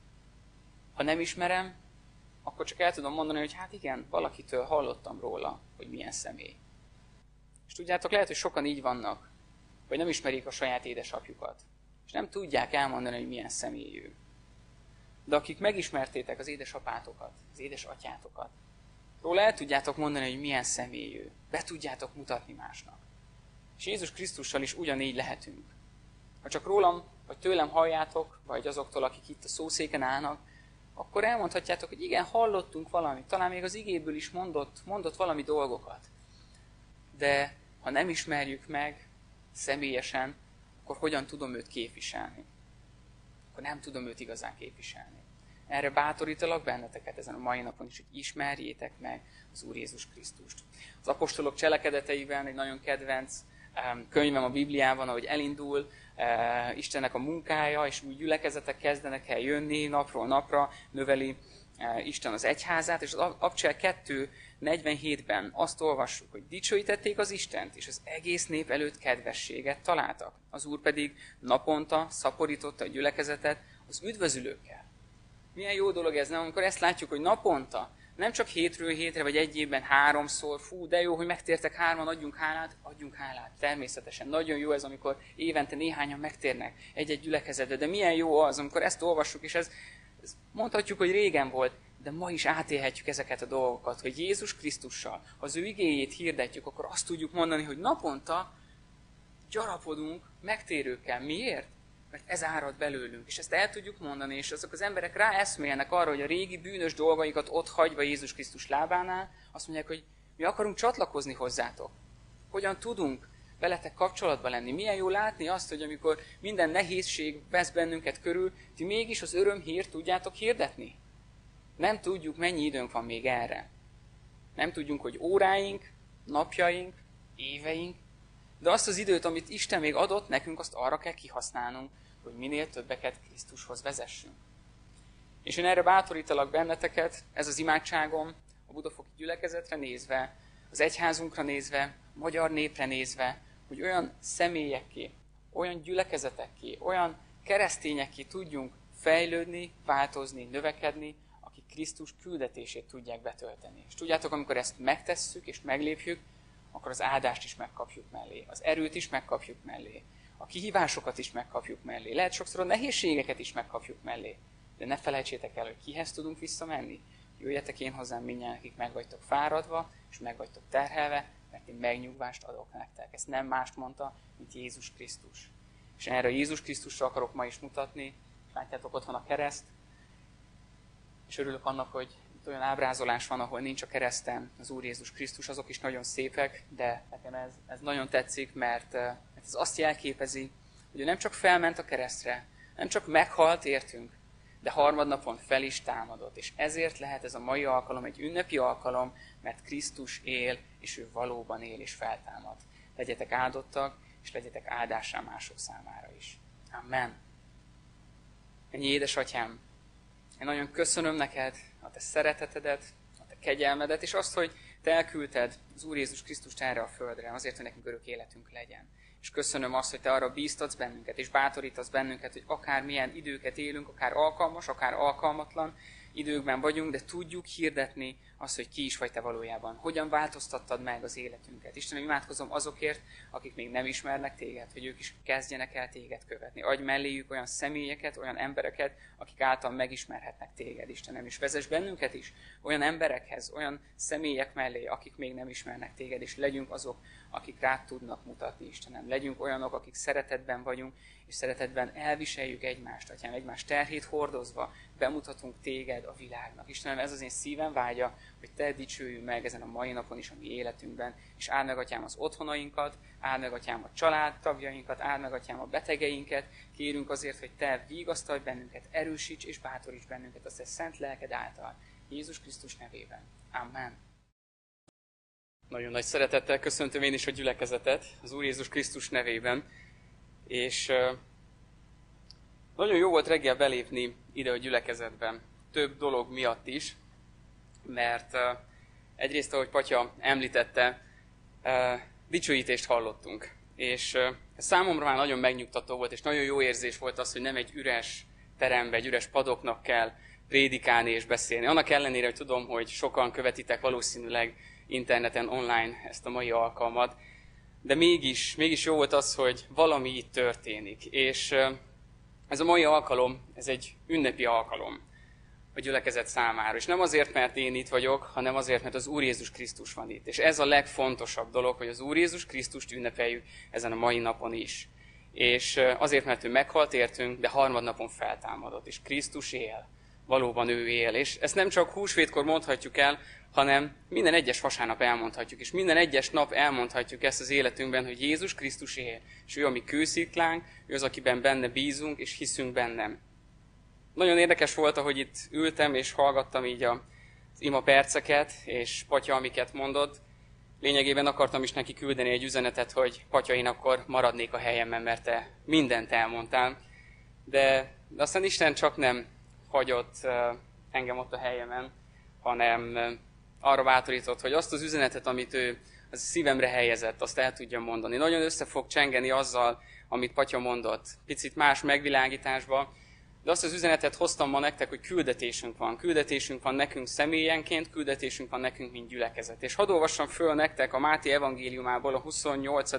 Ha nem ismerem, akkor csak el tudom mondani, hogy hát igen, valakitől hallottam róla, hogy milyen személy. És tudjátok, lehet, hogy sokan így vannak, hogy nem ismerik a saját édesapjukat, és nem tudják elmondani, hogy milyen személy ő. De akik megismertétek az édesapátokat, az édesatyátokat, róla el tudjátok mondani, hogy milyen személy ő. Be tudjátok mutatni másnak. És Jézus Krisztussal is ugyanígy lehetünk. Ha csak rólam, vagy tőlem halljátok, vagy azoktól, akik itt a szószéken állnak, akkor elmondhatjátok, hogy igen, hallottunk valamit, talán még az igéből is mondott valami dolgokat. De ha nem ismerjük meg személyesen, akkor hogyan tudom őt képviselni? Akkor nem tudom őt igazán képviselni. Erre bátorítalak benneteket ezen a mai napon is, hogy ismerjétek meg az Úr Jézus Krisztust. Az apostolok cselekedeteiben egy nagyon kedvenc könyvem a Bibliában, ahogy elindul Istennek a munkája, és új gyülekezetek kezdenek el jönni napról napra, növeli Isten az egyházát, és az Abcsel 2:47-ben azt olvassuk, hogy dicsőítették az Istent, és az egész nép előtt kedvességet találtak. Az Úr pedig naponta szaporította a gyülekezetet az üdvözülőkkel. Milyen jó dolog ez, nem? Amikor ezt látjuk, hogy naponta, nem csak hétről hétre, vagy egy évben 3-szor, fú, de jó, hogy megtértek 3-an, adjunk hálát, természetesen. Nagyon jó ez, amikor évente néhányan megtérnek egy-egy gyülekezetbe, de milyen jó az, amikor ezt olvassuk, és ez mondhatjuk, hogy régen volt, de ma is átélhetjük ezeket a dolgokat, hogy Jézus Krisztussal, ha az ő igéjét hirdetjük, akkor azt tudjuk mondani, hogy naponta gyarapodunk megtérőkkel. Miért? Mert ez árad belőlünk, és ezt el tudjuk mondani, és azok az emberek ráeszmélnek arra, hogy a régi bűnös dolgaikat ott hagyva Jézus Krisztus lábánál, azt mondják, hogy mi akarunk csatlakozni hozzátok. Hogyan tudunk veletek kapcsolatban lenni? Milyen jó látni azt, hogy amikor minden nehézség vesz bennünket körül, ti mégis az örömhírt tudjátok hirdetni. Nem tudjuk, mennyi időnk van még erre. Nem tudjunk, hogy óráink, napjaink, éveink, de azt az időt, amit Isten még adott, nekünk azt arra kell kihasználnunk, hogy minél többeket Krisztushoz vezessünk. És én erre bátorítalak benneteket, ez az imádságom a budafoki gyülekezetre nézve, az egyházunkra nézve, a magyar népre nézve, hogy olyan személyekké, olyan gyülekezetekké, olyan keresztényekké tudjunk fejlődni, változni, növekedni, akik Krisztus küldetését tudják betölteni. És tudjátok, amikor ezt megtesszük és meglépjük, akkor az áldást is megkapjuk mellé, az erőt is megkapjuk mellé, a kihívásokat is megkapjuk mellé, lehet sokszor a nehézségeket is megkapjuk mellé. De ne felejtsétek el, hogy kihez tudunk visszamenni. Jöjjetek én hozzám mindjárt, akik meg vagytok fáradva, és meg vagytok terhelve, mert én megnyugvást adok nektek. Ezt nem mást mondta, mint Jézus Krisztus. És erre a Jézus Krisztusra akarok ma is mutatni. Látjátok, ott van a kereszt, és örülök annak, hogy itt olyan ábrázolás van, ahol nincs a kereszten az Úr Jézus Krisztus, azok is nagyon szépek, de nekem ez nagyon tetszik, mert ez azt jelképezi, hogy ő nem csak felment a keresztre, nem csak meghalt értünk, de harmadnapon fel is támadott. És ezért lehet ez a mai alkalom egy ünnepi alkalom, mert Krisztus él, és ő valóban él és feltámad. Legyetek áldottak, és legyetek áldássá mások számára is. Amen. Ennyi édesatyám, én nagyon köszönöm neked a te szeretetedet, a te kegyelmedet, és azt, hogy te elküldted az Úr Jézus Krisztust erre a földre, azért, hogy nekünk örök életünk legyen. És köszönöm azt, hogy te arra bíztatsz bennünket, és bátorítasz bennünket, hogy akármilyen időket élünk, akár alkalmas, akár alkalmatlan időkben vagyunk, de tudjuk hirdetni azt, hogy ki is vagy te valójában. Hogyan változtattad meg az életünket. Istenem, imádkozom azokért, akik még nem ismernek téged, hogy ők is kezdjenek el téged követni. Adj melléjük olyan személyeket, olyan embereket, akik által megismerhetnek téged, Istenem. És vezess bennünket is olyan emberekhez, olyan személyek mellé, akik még nem ismernek téged, és legyünk azok, akik rád tudnak mutatni, Istenem. Legyünk olyanok, akik szeretetben vagyunk, és szeretetben elviseljük egymást, Atyám, egymás terhét hordozva, bemutatunk téged a világnak. Istenem, ez az én szívem vágya, hogy te dicsőjünk meg ezen a mai napon is a mi életünkben, és áld meg, Atyám, az otthonainkat, áld meg, Atyám, a családtagjainkat, áld meg, Atyám, a betegeinket. Kérünk azért, hogy te vigasztalj bennünket, erősíts és bátoríts bennünket a te szent lelked által. Jézus Krisztus nevében. Amen. Nagyon nagy szeretettel köszöntöm én is a gyülekezetet az Úr Jézus Krisztus nevében, és nagyon jó volt reggel belépni ide a gyülekezetben, több dolog miatt is, mert egyrészt, ahogy Patya említette, dicsőítést hallottunk, és ez számomra már nagyon megnyugtató volt, és nagyon jó érzés volt az, hogy nem egy üres terembe, egy üres padoknak kell prédikálni és beszélni. Annak ellenére, hogy tudom, hogy sokan követitek valószínűleg interneten, online ezt a mai alkalmat, de mégis jó volt az, hogy valami itt történik. És ez a mai alkalom, ez egy ünnepi alkalom a gyülekezet számára. És nem azért, mert én itt vagyok, hanem azért, mert az Úr Jézus Krisztus van itt. És ez a legfontosabb dolog, hogy az Úr Jézus Krisztust ünnepeljük ezen a mai napon is. És azért, mert ő meghalt értünk, de harmadnapon feltámadott. És Krisztus él. Valóban ő él. És ezt nem csak húsvétkor mondhatjuk el, hanem minden egyes vasárnap elmondhatjuk, és minden egyes nap elmondhatjuk ezt az életünkben, hogy Jézus Krisztus él, és ő a mi kősziklánk, ő az, akiben benne bízunk, és hiszünk bennem. Nagyon érdekes volt, ahogy itt ültem, és hallgattam így az ima perceket, és Patya, amiket mondott. Lényegében akartam is neki küldeni egy üzenetet, hogy Patya, én akkor maradnék a helyemben, mert te mindent elmondtál. De aztán Isten csak nem hagyott engem ott a helyemen, hanem arra bátorított, hogy azt az üzenetet, amit ő az szívemre helyezett, azt el tudja mondani. Nagyon össze fog csengeni azzal, amit Patya mondott. Picit más megvilágításba, de azt az üzenetet hoztam ma nektek, hogy küldetésünk van. Küldetésünk van nekünk személyenként, küldetésünk van nekünk, mint gyülekezet. És hadd olvassam föl nektek a Máté evangéliumából, a 28.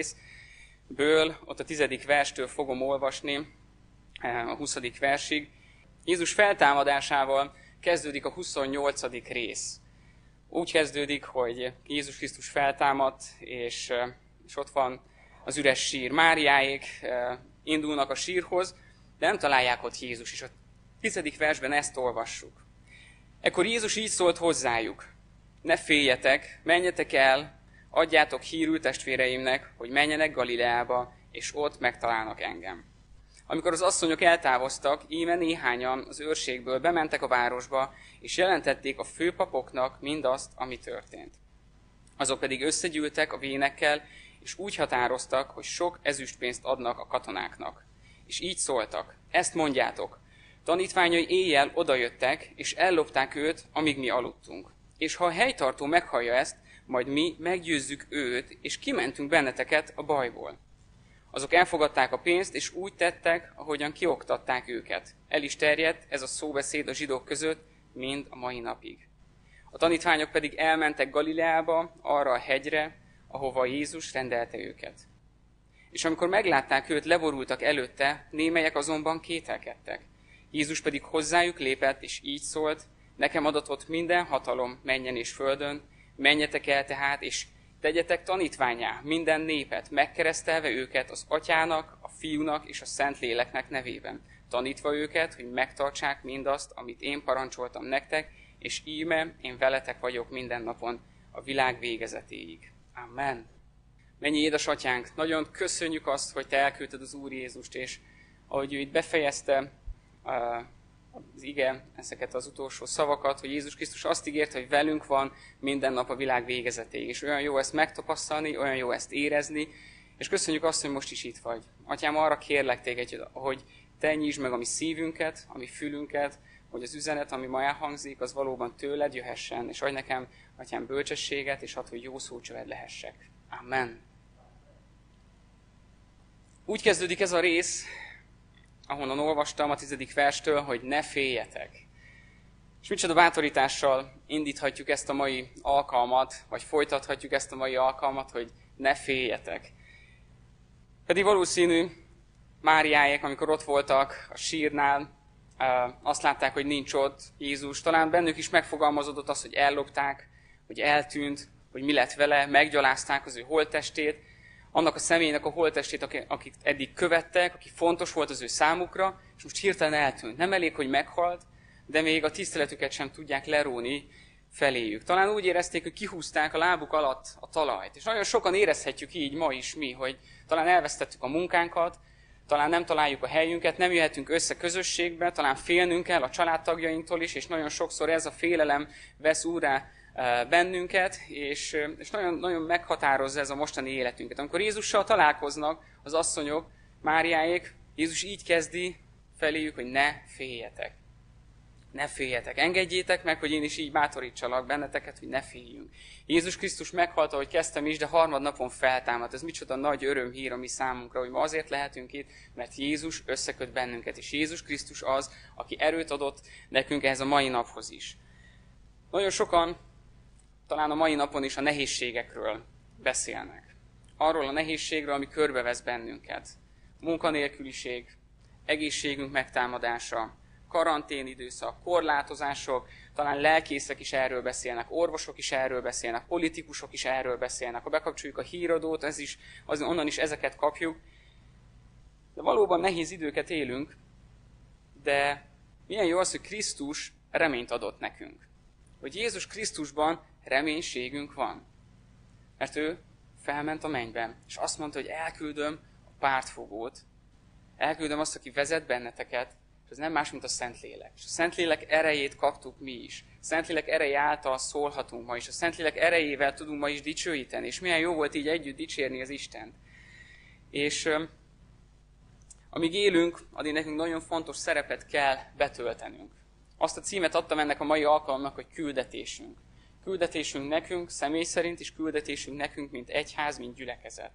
részből, ott a 10. verstől fogom olvasni, a 20. versig. Jézus feltámadásával kezdődik a 28. rész. Úgy kezdődik, hogy Jézus Krisztus feltámadt, és ott van az üres sír. Máriáék indulnak a sírhoz, de nem találják ott Jézus is. A 10. versben ezt olvassuk. Ekkor Jézus így szólt hozzájuk. Ne féljetek, menjetek el, adjátok hírül testvéreimnek, hogy menjenek Galileába, és ott megtalálnak engem. Amikor az asszonyok eltávoztak, íme néhányan az őrségből bementek a városba, és jelentették a főpapoknak mindazt, ami történt. Azok pedig összegyűltek a vénekkel, és úgy határoztak, hogy sok ezüstpénzt adnak a katonáknak. És így szóltak, ezt mondjátok, tanítványai éjjel odajöttek, és ellopták őt, amíg mi aludtunk. És ha a helytartó meghallja ezt, majd mi meggyőzzük őt, és kimentünk benneteket a bajból. Azok elfogadták a pénzt, és úgy tettek, ahogyan kioktatták őket. El is terjedt ez a szóbeszéd a zsidók között, mind a mai napig. A tanítványok pedig elmentek Galileába, arra a hegyre, ahova Jézus rendelte őket. És amikor meglátták őt, leborultak előtte, némelyek azonban kételkedtek. Jézus pedig hozzájuk lépett, és így szólt, nekem adatott minden hatalom mennyen és földön, menjetek el tehát, és tegyetek tanítvánnyá minden népet, megkeresztelve őket az Atyának, a Fiúnak és a Szentléleknek nevében, tanítva őket, hogy megtartsák mindazt, amit én parancsoltam nektek, és íme én veletek vagyok minden napon a világ végezetéig. Amen. Mennyi édesatyánk, nagyon köszönjük azt, hogy te elküldted az Úr Jézust, és ahogy ő itt befejezte az ige, ezeket az utolsó szavakat, hogy Jézus Krisztus azt ígért, hogy velünk van minden nap a világ végezetéig. És olyan jó ezt megtapasztalni, olyan jó ezt érezni, és köszönjük azt, hogy most is itt vagy. Atyám, arra kérlek téged, hogy te nyisd meg a mi szívünket, a mi fülünket, hogy az üzenet, ami ma elhangzik, az valóban tőled jöhessen, és adj nekem, Atyám, bölcsességet, és add, hogy jó szócsöved lehessek. Amen. Úgy kezdődik ez a rész, ahonnan olvastam a 10. verstől, hogy ne féljetek. És micsoda bátorítással indíthatjuk ezt a mai alkalmat, vagy folytathatjuk ezt a mai alkalmat, hogy ne féljetek. Pedig valószínű, Máriáék, amikor ott voltak a sírnál, azt látták, hogy nincs ott Jézus. Talán bennük is megfogalmazódott az, hogy ellopták, hogy eltűnt, hogy mi lett vele, meggyalázták az ő holttestét, annak a személynek a holttestét, akit eddig követtek, aki fontos volt az ő számukra, és most hirtelen eltűnt. Nem elég, hogy meghalt, de még a tiszteletüket sem tudják leróni feléjük. Talán úgy érezték, hogy kihúzták a lábuk alatt a talajt. És nagyon sokan érezhetjük így ma is mi, hogy talán elvesztettük a munkánkat, talán nem találjuk a helyünket, nem jöhetünk össze közösségbe, talán félnünk kell a családtagjainktól is, és nagyon sokszor ez a félelem vesz úrrá bennünket, és nagyon, nagyon meghatározza ez a mostani életünket. Amikor Jézussal találkoznak az asszonyok, Máriáék, Jézus így kezdi feléjük, hogy ne féljetek. Ne féljetek. Engedjétek meg, hogy én is így bátorítsalak benneteket, hogy ne féljünk. Jézus Krisztus meghalt, ahogy kezdtem is, de harmadnapon feltámadt. Ez micsoda nagy örömhír a mi számunkra, hogy ma azért lehetünk itt, mert Jézus összeköt bennünket, és Jézus Krisztus az, aki erőt adott nekünk ehhez a mai naphoz is. Nagyon sokan, talán a mai napon is a nehézségekről beszélnek. Arról a nehézségről, ami körbevesz bennünket. Munkanélküliség, egészségünk megtámadása, karanténidőszak, korlátozások, talán lelkészek is erről beszélnek, orvosok is erről beszélnek, politikusok is erről beszélnek. Ha bekapcsoljuk a híradót, onnan is ezeket kapjuk. De valóban nehéz időket élünk, de milyen jó az, hogy Krisztus reményt adott nekünk. Hogy Jézus Krisztusban reménységünk van. Mert ő felment a mennyben, és azt mondta, hogy elküldöm a pártfogót, elküldöm azt, aki vezet benneteket, és ez nem más, mint a Szentlélek. És a Szentlélek erejét kaptuk mi is. A Szentlélek ereje által szólhatunk ma is. A Szentlélek erejével tudunk ma is dicsőíteni. És milyen jó volt így együtt dicsérni az Istent. És amíg élünk, addig nekünk nagyon fontos szerepet kell betöltenünk. Azt a címet adtam ennek a mai alkalomnak, hogy küldetésünk. Küldetésünk nekünk, személy szerint, és küldetésünk nekünk, mint egyház, mint gyülekezet.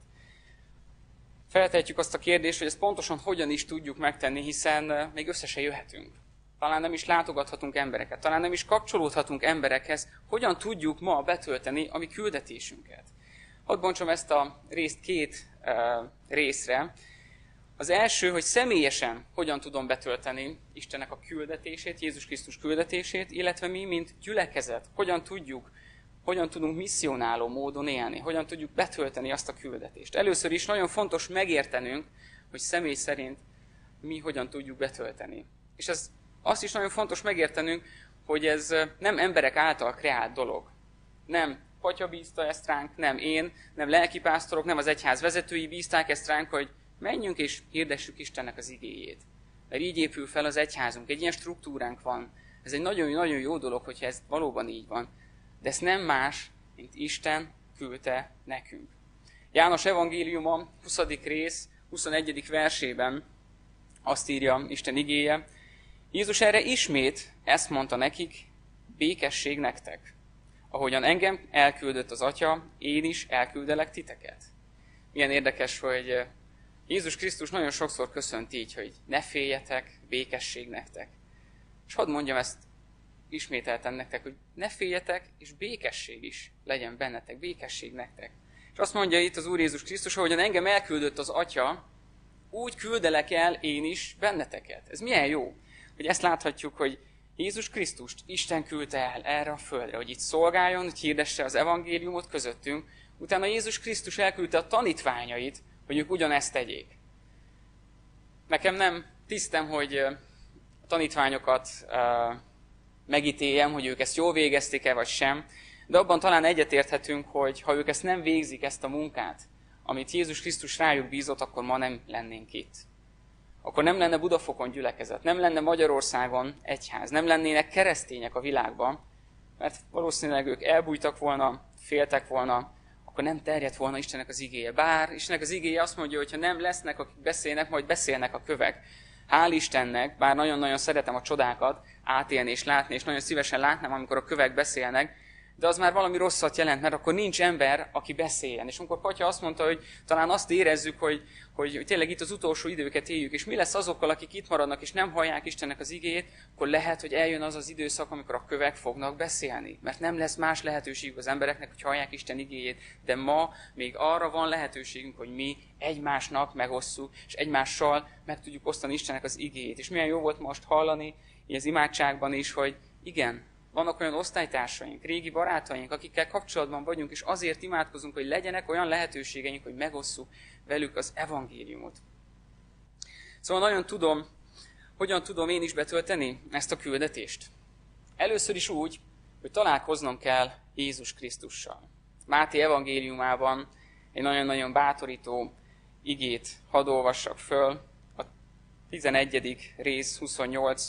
Feltehetjük azt a kérdést, hogy ezt pontosan hogyan is tudjuk megtenni, hiszen még össze se jöhetünk. Talán nem is látogathatunk embereket, talán nem is kapcsolódhatunk emberekhez. Hogyan tudjuk ma betölteni a mi küldetésünket? Hadd bontsam ezt a részt két részre. Az első, hogy személyesen hogyan tudom betölteni Istennek a küldetését, Jézus Krisztus küldetését, illetve mi, mint gyülekezet, hogyan tudunk misszionáló módon élni, hogyan tudjuk betölteni azt a küldetést. Először is nagyon fontos megértenünk, hogy személy szerint mi hogyan tudjuk betölteni. És azt is nagyon fontos megértenünk, hogy ez nem emberek által kreált dolog. Nem Patya bízta ezt ránk, nem én, nem lelkipásztorok, nem az egyház vezetői bízták ezt ránk, hogy menjünk és hirdessük Istennek az igéjét. Mert így épül fel az egyházunk, egy ilyen struktúránk van. Ez egy nagyon-nagyon jó dolog, hogyha ez valóban így van. De ez nem más, mint Isten küldte nekünk. János evangéliuma 20. rész, 21. versében azt írja Isten igéje, Jézus erre ismét ezt mondta nekik, békesség nektek. Ahogyan engem elküldött az Atya, én is elküldelek titeket. Milyen érdekes, hogy Jézus Krisztus nagyon sokszor köszönt így, hogy ne féljetek, békesség nektek. És hadd mondjam ezt ismételten nektek, hogy ne féljetek, és békesség is legyen bennetek, békesség nektek. És azt mondja itt az Úr Jézus Krisztus, ahogyan engem elküldött az Atya, úgy küldelek el én is benneteket. Ez milyen jó, hogy ezt láthatjuk, hogy Jézus Krisztust Isten küldte el erre a földre, hogy itt szolgáljon, hogy hirdesse az evangéliumot közöttünk. Utána Jézus Krisztus elküldte a tanítványait, hogy ők ugyanezt tegyék. Nekem nem tisztem, hogy a tanítványokat megítéljem, hogy ők ezt jól végezték-e vagy sem, de abban talán egyetérthetünk, hogy ha ők ezt nem végzik, ezt a munkát, amit Jézus Krisztus rájuk bízott, akkor ma nem lennénk itt. Akkor nem lenne Budafokon gyülekezet, nem lenne Magyarországon egyház, nem lennének keresztények a világban, mert valószínűleg ők elbújtak volna, féltek volna, akkor nem terjedt volna Istennek az igéje. Bár Istennek az igéje azt mondja, hogy ha nem lesznek, akik beszélnek, majd beszélnek a kövek. Hál' Istennek, bár nagyon-nagyon szeretem a csodákat átélni és látni, és nagyon szívesen látnám, amikor a kövek beszélnek, de az már valami rosszat jelent, mert akkor nincs ember, aki beszéljen. És amikor Patya azt mondta, hogy talán azt érezzük, hogy tényleg itt az utolsó időket éljük, és mi lesz azokkal, akik itt maradnak, és nem hallják Istennek az igéjét, akkor lehet, hogy eljön az az időszak, amikor a kövek fognak beszélni. Mert nem lesz más lehetőségük az embereknek, hogy hallják Isten igéjét, de ma még arra van lehetőségünk, hogy mi egymásnak megosszuk, és egymással meg tudjuk osztani Istennek az igéjét. És milyen jó volt most hallani, így az imádságban is, hogy igen, vannak olyan osztálytársaink, régi barátaink, akikkel kapcsolatban vagyunk, és azért imádkozunk, hogy legyenek olyan lehetőségeink, hogy megosszuk velük az evangéliumot. Szóval hogyan tudom én is betölteni ezt a küldetést. Először is úgy, hogy találkoznom kell Jézus Krisztussal. Máté evangéliumában egy nagyon-nagyon bátorító igét hadd olvassak föl, a 11. rész 28,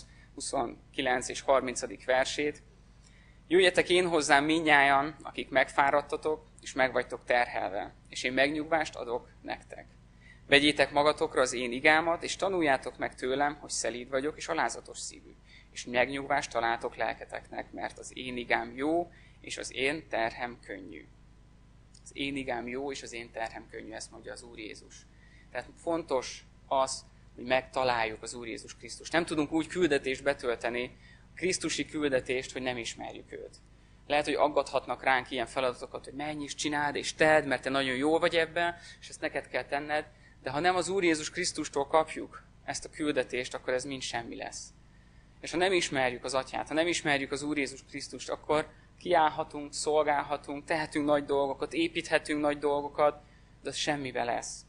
29 és 30. versét. Jöjjetek én hozzám mindnyájan, akik megfáradtatok, és meg vagytok terhelve, és én megnyugvást adok nektek. Vegyétek magatokra az én igámat, és tanuljátok meg tőlem, hogy szelíd vagyok, és alázatos szívű, és megnyugvást találtok lelketeknek, mert az én igám jó, és az én terhem könnyű. Az én igám jó, és az én terhem könnyű, ezt mondja az Úr Jézus. Tehát fontos az, hogy megtaláljuk az Úr Jézus Krisztust. Nem tudunk úgy küldetést betölteni, krisztusi küldetést, hogy nem ismerjük őt. Lehet, hogy aggathatnak ránk ilyen feladatokat, hogy menj is, csináld és tedd, mert te nagyon jó vagy ebben, és ezt neked kell tenned, de ha nem az Úr Jézus Krisztustól kapjuk ezt a küldetést, akkor ez mind semmi lesz. És ha nem ismerjük az Atyát, ha nem ismerjük az Úr Jézus Krisztust, akkor kiállhatunk, szolgálhatunk, tehetünk nagy dolgokat, építhetünk nagy dolgokat, de az semmibe lesz.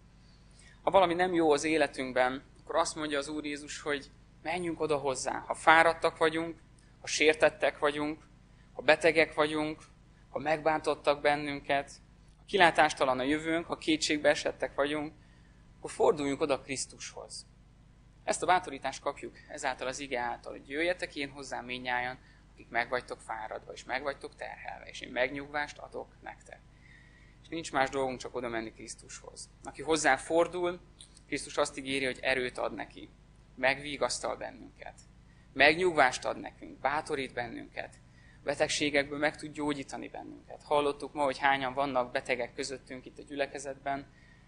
Ha valami nem jó az életünkben, akkor azt mondja az Úr Jézus, hogy menjünk oda hozzá. Ha fáradtak vagyunk, ha sértettek vagyunk, ha betegek vagyunk, ha megbántottak bennünket, ha kilátástalan a jövőnk, ha kétségbe esettek vagyunk, akkor forduljunk oda Krisztushoz. Ezt a bátorítást kapjuk ezáltal az ige által, hogy jöjjetek én hozzám mindnyájan, akik meg vagytok fáradva, és meg vagytok terhelve, és én megnyugvást adok nektek. És nincs más dolgunk, csak oda menni Krisztushoz. Aki hozzá fordul, Krisztus azt ígéri, hogy erőt ad neki. Megvigasztal bennünket. Megnyugvást ad nekünk, bátorít bennünket. Betegségekből meg tud gyógyítani bennünket. Hallottuk ma, hogy hányan vannak betegek közöttünk itt a gyülekezetben,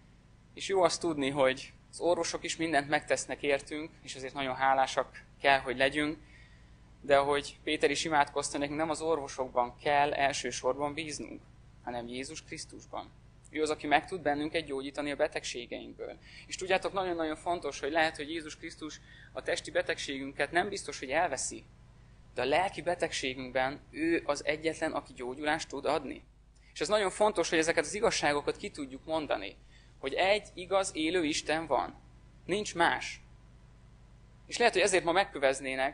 és jó azt tudni, hogy az orvosok is mindent megtesznek értünk, és azért nagyon hálásak kell, hogy legyünk, de ahogy Péter is imádkozta, nekünk nem az orvosokban kell elsősorban bíznunk, hanem Jézus Krisztusban. Ő az, aki meg tud bennünket gyógyítani a betegségeinkből. És tudjátok, nagyon-nagyon fontos, hogy lehet, hogy Jézus Krisztus a testi betegségünket nem biztos, hogy elveszi, de a lelki betegségünkben ő az egyetlen, aki gyógyulást tud adni. És ez nagyon fontos, hogy ezeket az igazságokat ki tudjuk mondani, hogy egy igaz, élő Isten van. Nincs más. És lehet, hogy ezért ma megköveznének,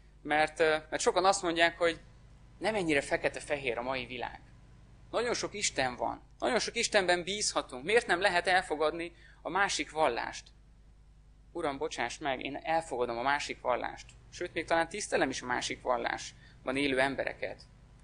mert sokan azt mondják, hogy nem ennyire fekete-fehér a mai világ. Nagyon sok Isten van. Nagyon sok Istenben bízhatunk. Miért nem lehet elfogadni a másik vallást? Uram, bocsáss meg, én elfogadom a másik vallást. Sőt, még talán tisztelem is a másik vallásban élő embereket.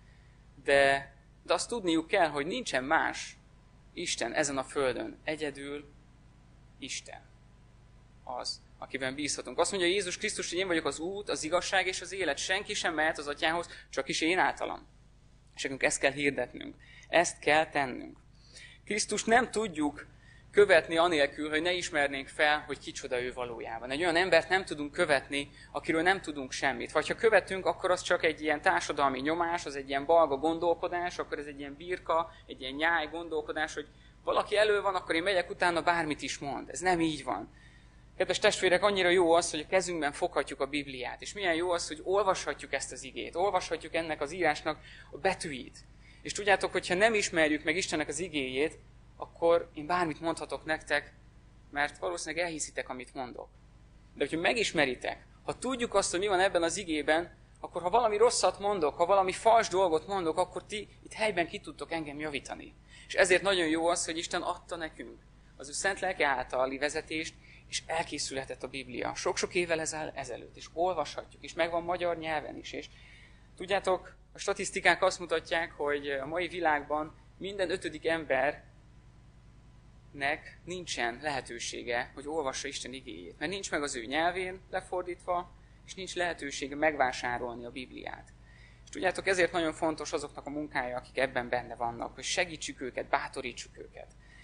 De azt tudniuk kell, hogy nincsen más Isten ezen a földön. Egyedül Isten az, akiben bízhatunk. Azt mondja Jézus Krisztus, hogy én vagyok az út, az igazság és az élet. Senki sem mehet az Atyához, csak is én általam. És nekünk ezt kell hirdetnünk. Ezt kell tennünk. Krisztust nem tudjuk követni anélkül, hogy ne ismernénk fel, hogy kicsoda ő valójában. Egy olyan embert nem tudunk követni, akiről nem tudunk semmit. Vagy ha követünk, akkor az csak egy ilyen társadalmi nyomás, az egy ilyen balga gondolkodás, akkor ez egy ilyen birka, egy ilyen nyáj gondolkodás, hogy valaki elő van, akkor én megyek utána, bármit is mond. Ez nem így van. Kedves testvérek, annyira jó az, hogy a kezünkben foghatjuk a Bibliát. És milyen jó az, hogy olvashatjuk ezt az igét, olvashatjuk ennek az írásnak a betűit. És tudjátok, hogyha nem ismerjük meg Istennek az igéjét, akkor én bármit mondhatok nektek, mert valószínűleg elhiszitek, amit mondok. De hogyha megismeritek, ha tudjuk azt, hogy mi van ebben az igében, akkor ha valami rosszat mondok, ha valami fals dolgot mondok, akkor ti itt helyben ki tudtok engem javítani. És ezért nagyon jó az, hogy Isten adta nekünk az ő szent lelke általi vezetést, és elkészülhetett a Biblia sok-sok évvel ezelőtt, és olvashatjuk, és megvan magyar nyelven is. És tudjátok, a statisztikák azt mutatják, hogy a mai világban minden 5. ember nek nincsen lehetősége, hogy olvassa Isten igéjét, mert nincs meg az ő nyelvén lefordítva, és nincs lehetősége megvásárolni a Bibliát. És tudjátok, ezért nagyon fontos azoknak a munkája, akik ebben benne vannak, hogy segítsük őket, bátorítsuk őket.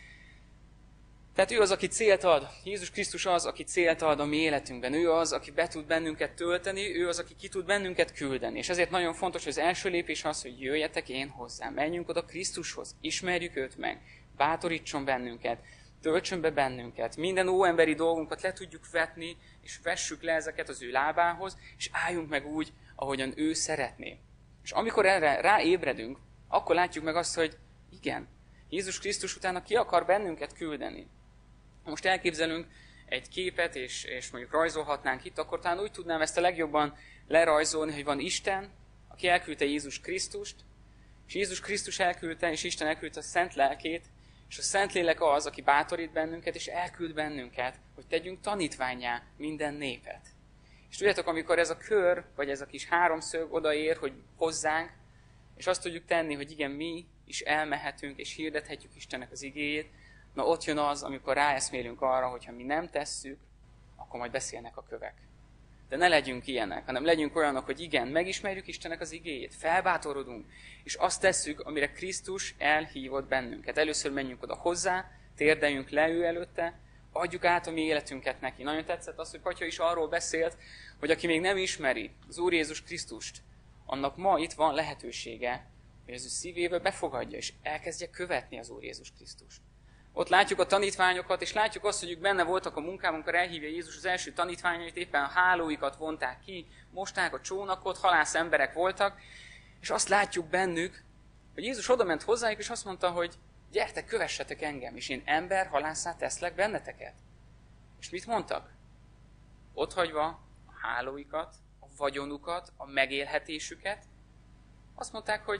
Tehát ő az, aki célt ad. Jézus Krisztus az, aki célt ad a mi életünkben. Ő az, aki be tud bennünket tölteni, ő az, aki ki tud bennünket küldeni. És ezért nagyon fontos, hogy az első lépés az, hogy jöjjetek én hozzám, menjünk oda Krisztushoz, ismerjük őt meg, bátorítson bennünket, töltsön be bennünket. Minden óemberi dolgunkat le tudjuk vetni, és vessük le ezeket az ő lábához, és álljunk meg úgy, ahogyan ő szeretné. És amikor erre ráébredünk, akkor látjuk meg azt, hogy igen, Jézus Krisztus utána ki akar bennünket küldeni. Ha most elképzelünk egy képet, és mondjuk rajzolhatnánk itt, akkor talán úgy tudnám ezt a legjobban lerajzolni, hogy van Isten, aki elküldte Jézus Krisztust, és Jézus Krisztus elküldte, és Isten elküldte a Szent Lelkét, és a Szentlélek az, aki bátorít bennünket, és elküld bennünket, hogy tegyünk tanítvánnyá minden népet. És tudjátok, amikor ez a kör, vagy ez a kis háromszög odaér, hogy hozzánk, és azt tudjuk tenni, hogy igen, mi is elmehetünk, és hirdethetjük Istennek az igéjét, na ott jön az, amikor ráeszmélünk arra, hogy ha mi nem tesszük, akkor majd beszélnek a kövek. De ne legyünk ilyenek, hanem legyünk olyanok, hogy igen, megismerjük Istennek az igéjét, felbátorodunk, és azt tesszük, amire Krisztus elhívott bennünket. Először menjünk oda hozzá, térdeljünk le ő előtte, adjuk át a mi életünket neki. Nagyon tetszett az, hogy Patya is arról beszélt, hogy aki még nem ismeri az Úr Jézus Krisztust, annak ma itt van lehetősége, hogy az ő szívébe befogadja, és elkezdje követni az Úr Jézus Krisztust. Ott látjuk a tanítványokat, és látjuk azt, hogy ők benne voltak a munkában, amikor elhívja Jézus az első tanítványait, éppen a hálóikat vonták ki, mosták a csónakot, halász emberek voltak, és azt látjuk bennük, hogy Jézus odament hozzájuk, és azt mondta, hogy gyertek, kövessetek engem, és én ember halászát teszlek benneteket. És mit mondtak? Otthagyva a hálóikat, a vagyonukat, a megélhetésüket, azt mondták, hogy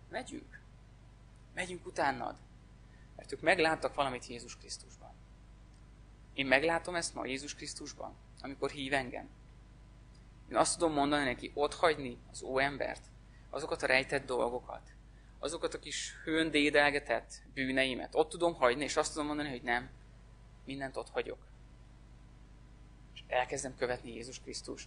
megyünk utánad. Mert ők megláttak valamit Jézus Krisztusban. Én meglátom ezt ma Jézus Krisztusban, amikor hív engem. Én azt tudom mondani neki, otthagyni az óembert, azokat a rejtett dolgokat, azokat a kis hőn dédelgetett bűneimet. Ott tudom hagyni, és azt tudom mondani, hogy nem, mindent ott hagyok. És elkezdem követni Jézus Krisztust.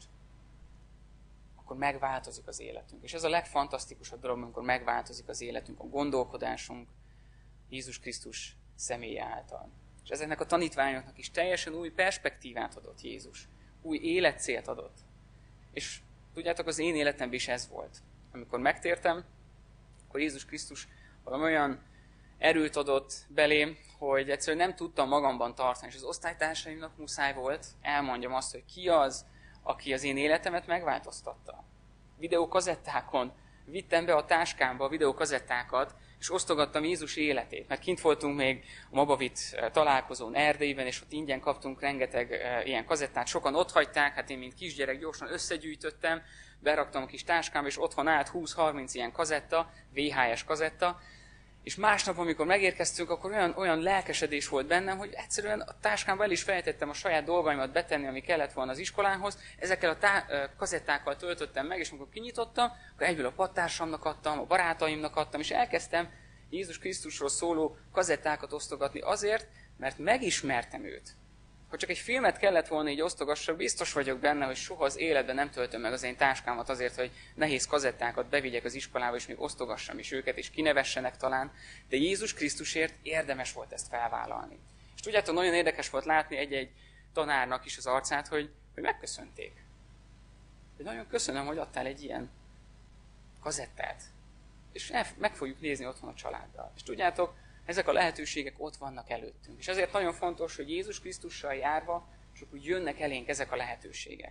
Akkor megváltozik az életünk. És ez a legfantasztikusabb dolog, amikor megváltozik az életünk, a gondolkodásunk Jézus Krisztus személye által. És ezeknek a tanítványoknak is teljesen új perspektívát adott Jézus. Új életcélt adott. És tudjátok, az én életemben is ez volt. Amikor megtértem, akkor Jézus Krisztus valami olyan erőt adott belém, hogy egyszerűen nem tudtam magamban tartani. És az osztálytársaimnak muszáj volt elmondjam azt, hogy ki az, aki az én életemet megváltoztatta. Videókazettákon vittem be a táskámba a videókazettákat, és osztogattam Jézus életét. Mert kint voltunk még a Mabavit találkozón Erdélyben, és ott ingyen kaptunk rengeteg ilyen kazettát. Sokan otthagyták, hát én mint kisgyerek gyorsan összegyűjtöttem, beraktam a kis táskámba, és otthon állt 20-30 ilyen kazetta, VHS kazetta, és másnap, amikor megérkeztünk, akkor olyan lelkesedés volt bennem, hogy egyszerűen a táskámba el is felejtettem a saját dolgaimat betenni, ami kellett volna az iskolához. Ezekkel a kazettákkal töltöttem meg, és amikor kinyitottam, akkor egyből a pattársamnak adtam, a barátaimnak adtam, és elkezdtem Jézus Krisztusról szóló kazettákat osztogatni azért, mert megismertem őt. Ha csak egy filmet kellett volna így osztogassak, biztos vagyok benne, hogy soha az életben nem töltöm meg az én táskámat azért, hogy nehéz kazettákat bevigyek az iskolába, és még osztogassam is őket, és kinevessenek talán. De Jézus Krisztusért érdemes volt ezt felvállalni. És tudjátok, nagyon érdekes volt látni egy-egy tanárnak is az arcát, hogy megköszönték. De nagyon köszönöm, hogy adtál egy ilyen kazettát. És meg fogjuk nézni otthon a családdal. És tudjátok, ezek a lehetőségek ott vannak előttünk. És ezért nagyon fontos, hogy Jézus Krisztussal járva, csak úgy jönnek elénk ezek a lehetőségek.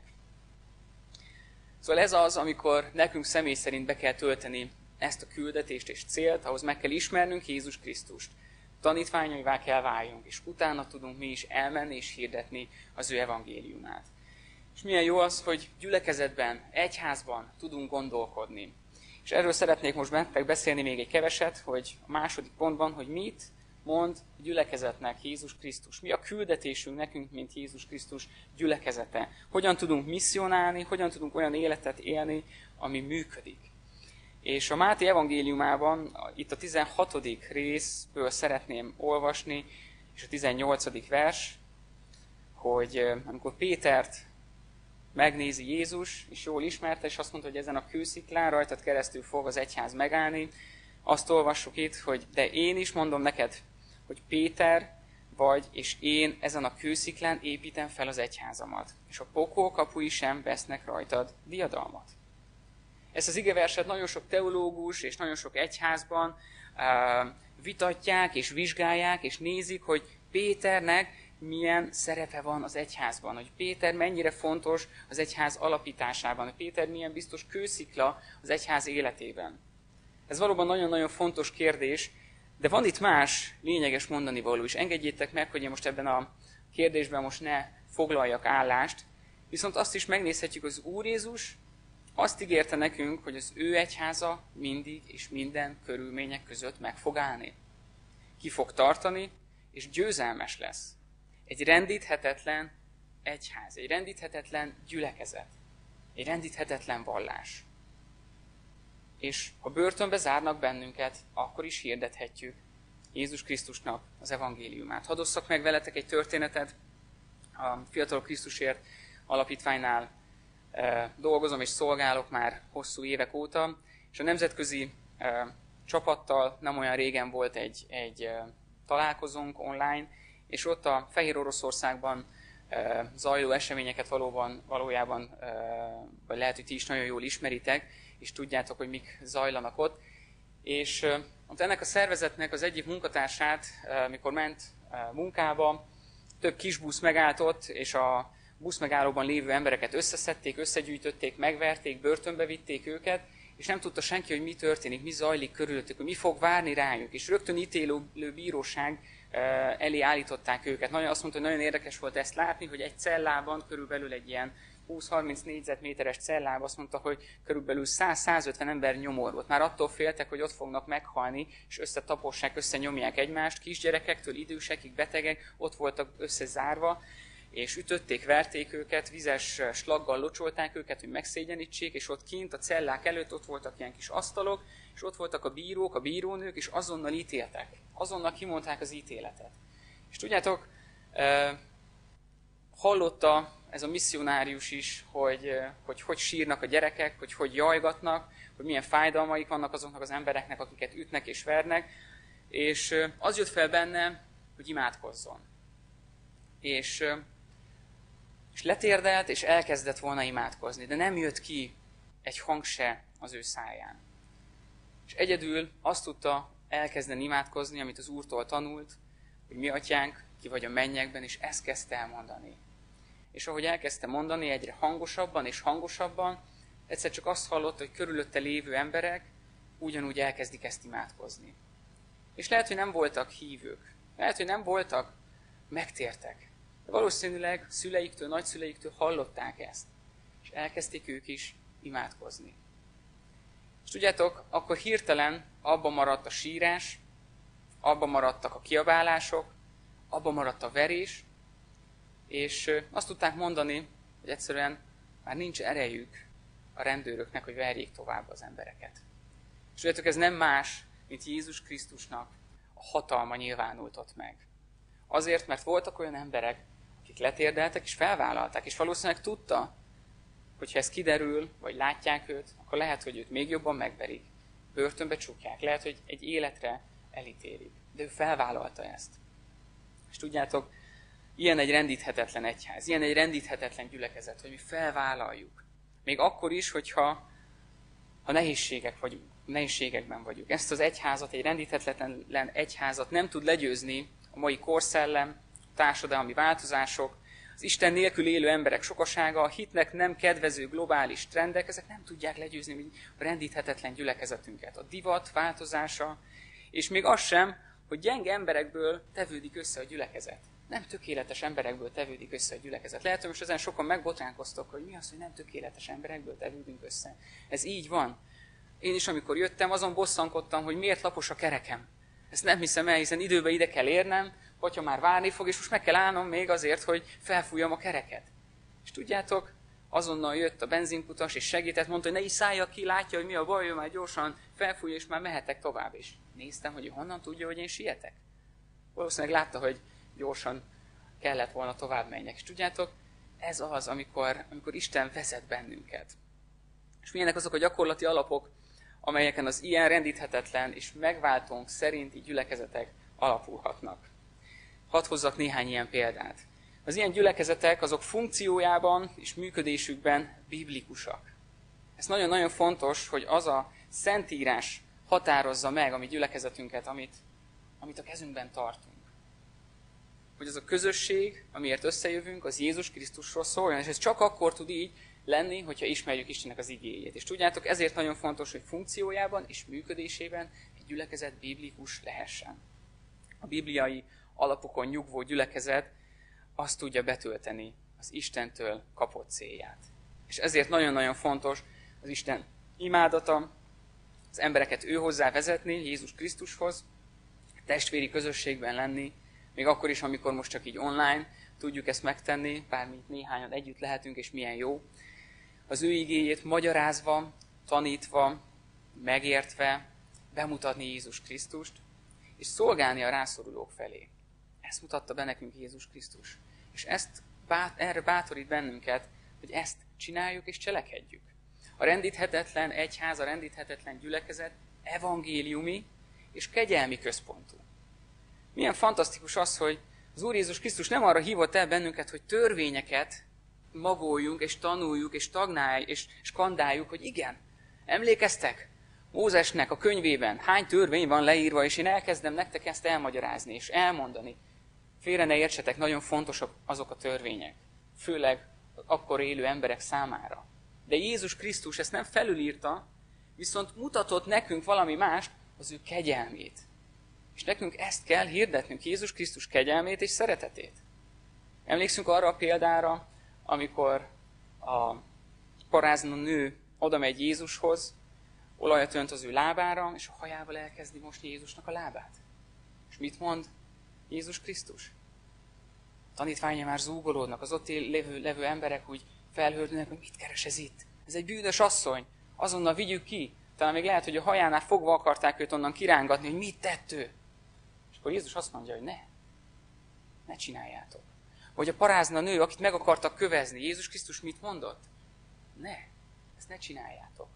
Szóval ez az, amikor nekünk személy szerint be kell tölteni ezt a küldetést és célt, ahhoz meg kell ismernünk Jézus Krisztust. Tanítványaivá kell váljunk, és utána tudunk mi is elmenni és hirdetni az ő evangéliumát. És milyen jó az, hogy gyülekezetben, egyházban tudunk gondolkodni. És erről szeretnék most bennetek beszélni még egy keveset, hogy a második pontban, hogy mit mond gyülekezetnek Jézus Krisztus. Mi a küldetésünk nekünk, mint Jézus Krisztus gyülekezete. Hogyan tudunk misszionálni, hogyan tudunk olyan életet élni, ami működik. És a Máté evangéliumában, itt a 16. részből szeretném olvasni és a 18. vers, hogy amikor Pétert megnézi Jézus, és jól ismerte, és azt mondta, hogy ezen a kősziklán rajtad keresztül fog az egyház megállni, azt olvassuk itt, hogy de én is mondom neked, hogy Péter vagy, és én ezen a kősziklán építem fel az egyházamat, és a pokol kapui sem vesznek rajtad diadalmat. Ezt az igeverset nagyon sok teológus és nagyon sok egyházban vitatják és vizsgálják, és nézik, hogy Péternek milyen szerepe van az egyházban, hogy Péter mennyire fontos az egyház alapításában, hogy Péter milyen biztos kőszikla az egyház életében. Ez valóban nagyon-nagyon fontos kérdés, de van itt más lényeges mondani való is. Engedjétek meg, hogy én most ebben a kérdésben most ne foglaljak állást, viszont azt is megnézhetjük, hogy az Úr Jézus azt ígérte nekünk, hogy az ő egyháza mindig és minden körülmények között meg fog állni. Ki fog tartani, és győzelmes lesz. Egy rendíthetetlen egyház, egy rendíthetetlen gyülekezet, egy rendíthetetlen vallás. És ha börtönbe zárnak bennünket, akkor is hirdethetjük Jézus Krisztusnak az evangéliumát. Hadd osszak meg veletek egy történetet. A Fiatalok Krisztusért alapítványnál dolgozom és szolgálok már hosszú évek óta, és a nemzetközi csapattal nem olyan régen volt egy találkozónk online, és ott a Fehér Oroszországban zajló eseményeket valójában, vagy lehet, hogy ti is nagyon jól ismeritek, és tudjátok, hogy mik zajlanak ott. És ott ennek a szervezetnek az egyik munkatársát, mikor ment munkába, több kis busz megállt ott, és a buszmegállóban lévő embereket összeszedték, összegyűjtötték, megverték, börtönbe vitték őket, és nem tudta senki, hogy mi történik, mi zajlik körülöttük, hogy mi fog várni rájuk. És rögtön ítélő bíróság elé állították őket. Azt mondta, hogy nagyon érdekes volt ezt látni, hogy egy cellában, körülbelül egy ilyen 20-30 négyzetméteres cellában azt mondta, hogy körülbelül 100-150 ember nyomorult. Már attól féltek, hogy ott fognak meghalni, és összetapossák, összenyomják egymást, kisgyerekektől idősekig, betegek, ott voltak összezárva, és ütötték, verték őket, vizes slaggal locsolták őket, hogy megszégyenítsék, és ott kint a cellák előtt ott voltak ilyen kis asztalok, és ott voltak a bírók, a bírónők, és azonnal ítéltek. Azonnal kimondták az ítéletet. És tudjátok, hallotta ez a misszionárius is, hogy sírnak a gyerekek, hogy jajgatnak, hogy milyen fájdalmaik vannak azoknak az embereknek, akiket ütnek és vernek, és az jött fel benne, hogy imádkozzon. És letérdelt, és elkezdett volna imádkozni, de nem jött ki egy hang se az ő száján. És egyedül azt tudta elkezdeni imádkozni, amit az Úrtól tanult, hogy mi atyánk, ki vagy a mennyekben, és ezt kezdte elmondani. És ahogy elkezdte mondani, egyre hangosabban és hangosabban, egyszer csak azt hallotta, hogy körülötte lévő emberek ugyanúgy elkezdik ezt imádkozni. És lehet, hogy nem voltak hívők, lehet, hogy nem voltak, megtértek. De valószínűleg szüleiktől, nagyszüleiktől hallották ezt, és elkezdték ők is imádkozni. És tudjátok, akkor hirtelen abba maradt a sírás, abba maradtak a kiabálások, abba maradt a verés, és azt tudták mondani, hogy egyszerűen már nincs erejük a rendőröknek, hogy verjék tovább az embereket. És tudjátok, ez nem más, mint Jézus Krisztusnak a hatalma nyilvánult ott meg. Azért, mert voltak olyan emberek, akik letérdeltek és felvállalták, és valószínűleg tudta, hogy ha ez kiderül, vagy látják őt, akkor lehet, hogy őt még jobban megverik, börtönbe csukják, lehet, hogy egy életre elítélik. De ő felvállalta ezt. És tudjátok, ilyen egy rendíthetetlen egyház, ilyen egy rendíthetetlen gyülekezet, hogy mi felvállaljuk. Még akkor is, hogyha nehézségekben vagyunk. Ezt az egyházat, egy rendíthetetlen egyházat nem tud legyőzni a mai korszellem, társadalmi változások, az Isten nélkül élő emberek sokasága, a hitnek nem kedvező globális trendek, ezek nem tudják legyőzni a rendíthetetlen gyülekezetünket. A divat változása, és még az sem, hogy gyenge emberekből tevődik össze a gyülekezet. Nem tökéletes emberekből tevődik össze a gyülekezet. Lehet, hogy most ezen sokan megbotránkoztok, hogy mi az, hogy nem tökéletes emberekből tevődünk össze. Ez így van. Én is, amikor jöttem, azon bosszankodtam, hogy miért lapos a kerekem. Ezt nem hiszem el, hiszen időben ide kell érnem, hogyha már várni fog, és most meg kell állnom még azért, hogy felfújjam a kereket. És tudjátok, azonnal jött a benzinkutas, és segített, mondta, hogy ne is szálljak ki, látja, hogy mi a baj, ő már gyorsan felfújja, és már mehetek tovább is. Néztem, hogy honnan tudja, hogy én sietek. Valószínűleg látta, hogy gyorsan kellett volna tovább menjek. És tudjátok, ez az, amikor Isten vezet bennünket. És milyenek azok a gyakorlati alapok, amelyeken az ilyen rendíthetetlen és megváltónk szerinti gyülekezetek alapulhatnak. Hadd hozzak néhány ilyen példát. Az ilyen gyülekezetek azok funkciójában és működésükben biblikusak. Ez nagyon-nagyon fontos, hogy az a Szentírás határozza meg a mi gyülekezetünket, amit a kezünkben tartunk. Hogy az a közösség, amiért összejövünk, az Jézus Krisztusról szóljon, és ez csak akkor tud így lenni, hogyha ismerjük Istennek az igéjét. És tudjátok, ezért nagyon fontos, hogy funkciójában és működésében egy gyülekezet biblikus lehessen. A bibliai alapokon nyugvó gyülekezet azt tudja betölteni az Istentől kapott célját. És ezért nagyon-nagyon fontos az Isten imádata, az embereket ő hozzá vezetni, Jézus Krisztushoz, testvéri közösségben lenni, még akkor is, amikor most csak így online tudjuk ezt megtenni, bármint néhányan együtt lehetünk, és milyen jó. Az ő igéjét magyarázva, tanítva, megértve, bemutatni Jézus Krisztust, és szolgálni a rászorulók felé. Ezt mutatta be nekünk Jézus Krisztus. És erre bátorít bennünket, hogy ezt csináljuk és cselekedjük. A rendíthetetlen egyház, a rendíthetetlen gyülekezet evangéliumi és kegyelmi központú. Milyen fantasztikus az, hogy az Úr Jézus Krisztus nem arra hívott el bennünket, hogy törvényeket magoljunk, és tanuljuk, és tagnáljuk, és skandáljuk, hogy igen, emlékeztek? Mózesnek a könyvében hány törvény van leírva, és én elkezdem nektek ezt elmagyarázni, és elmondani. Félre ne értsetek, nagyon fontosak azok a törvények. Főleg akkor élő emberek számára. De Jézus Krisztus ezt nem felülírta, viszont mutatott nekünk valami mást, az ő kegyelmét. És nekünk ezt kell hirdetnünk, Jézus Krisztus kegyelmét és szeretetét. Emlékszünk arra a példára, amikor a parázna nő oda megy Jézushoz, olajat önt az ő lábára, és a hajával elkezdi mosni Jézusnak a lábát. És mit mond Jézus Krisztus? A tanítványa már zúgolódnak, az ott levő emberek úgy felhördülnek, hogy mit keres ez itt? Ez egy bűnös asszony, azonnal vigyük ki. Talán még lehet, hogy a hajánál fogva akarták őt onnan kirángatni, hogy mit tett ő. És akkor Jézus azt mondja, hogy ne csináljátok. Vagy a parázna nő, akit meg akartak kövezni, Jézus Krisztus mit mondott? Ezt ne csináljátok.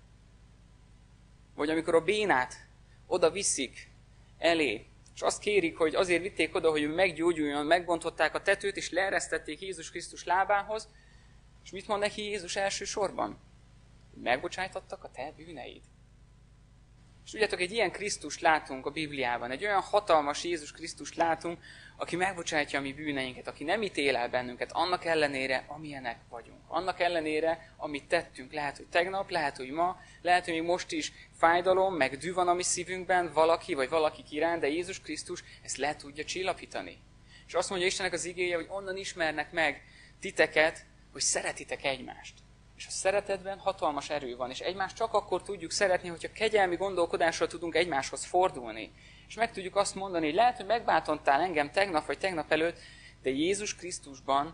Vagy amikor a bénát oda viszik elé, és azt kérik, hogy azért vitték oda, hogy ő meggyógyuljon, megbontották a tetőt, és leeresztették Jézus Krisztus lábához, és mit mond neki Jézus elsősorban? Megbocsájtottak a te bűneid. És tudjátok, egy ilyen Krisztust látunk a Bibliában, egy olyan hatalmas Jézus Krisztust látunk, aki megbocsátja a mi bűneinket, aki nem ítél el bennünket, annak ellenére, amilyenek vagyunk. Annak ellenére, amit tettünk, lehet, hogy tegnap, lehet, hogy ma, lehet, hogy még most is fájdalom, meg dű van a mi szívünkben, valaki vagy valakik iránt, de Jézus Krisztus ezt le tudja csillapítani. És azt mondja Istennek az igéje, hogy onnan ismernek meg titeket, hogy szeretitek egymást. És a szeretetben hatalmas erő van, és egymást csak akkor tudjuk szeretni, hogyha kegyelmi gondolkodással tudunk egymáshoz fordulni. És meg tudjuk azt mondani, hogy lehet, hogy megbántottál engem tegnap vagy tegnap előtt, de Jézus Krisztusban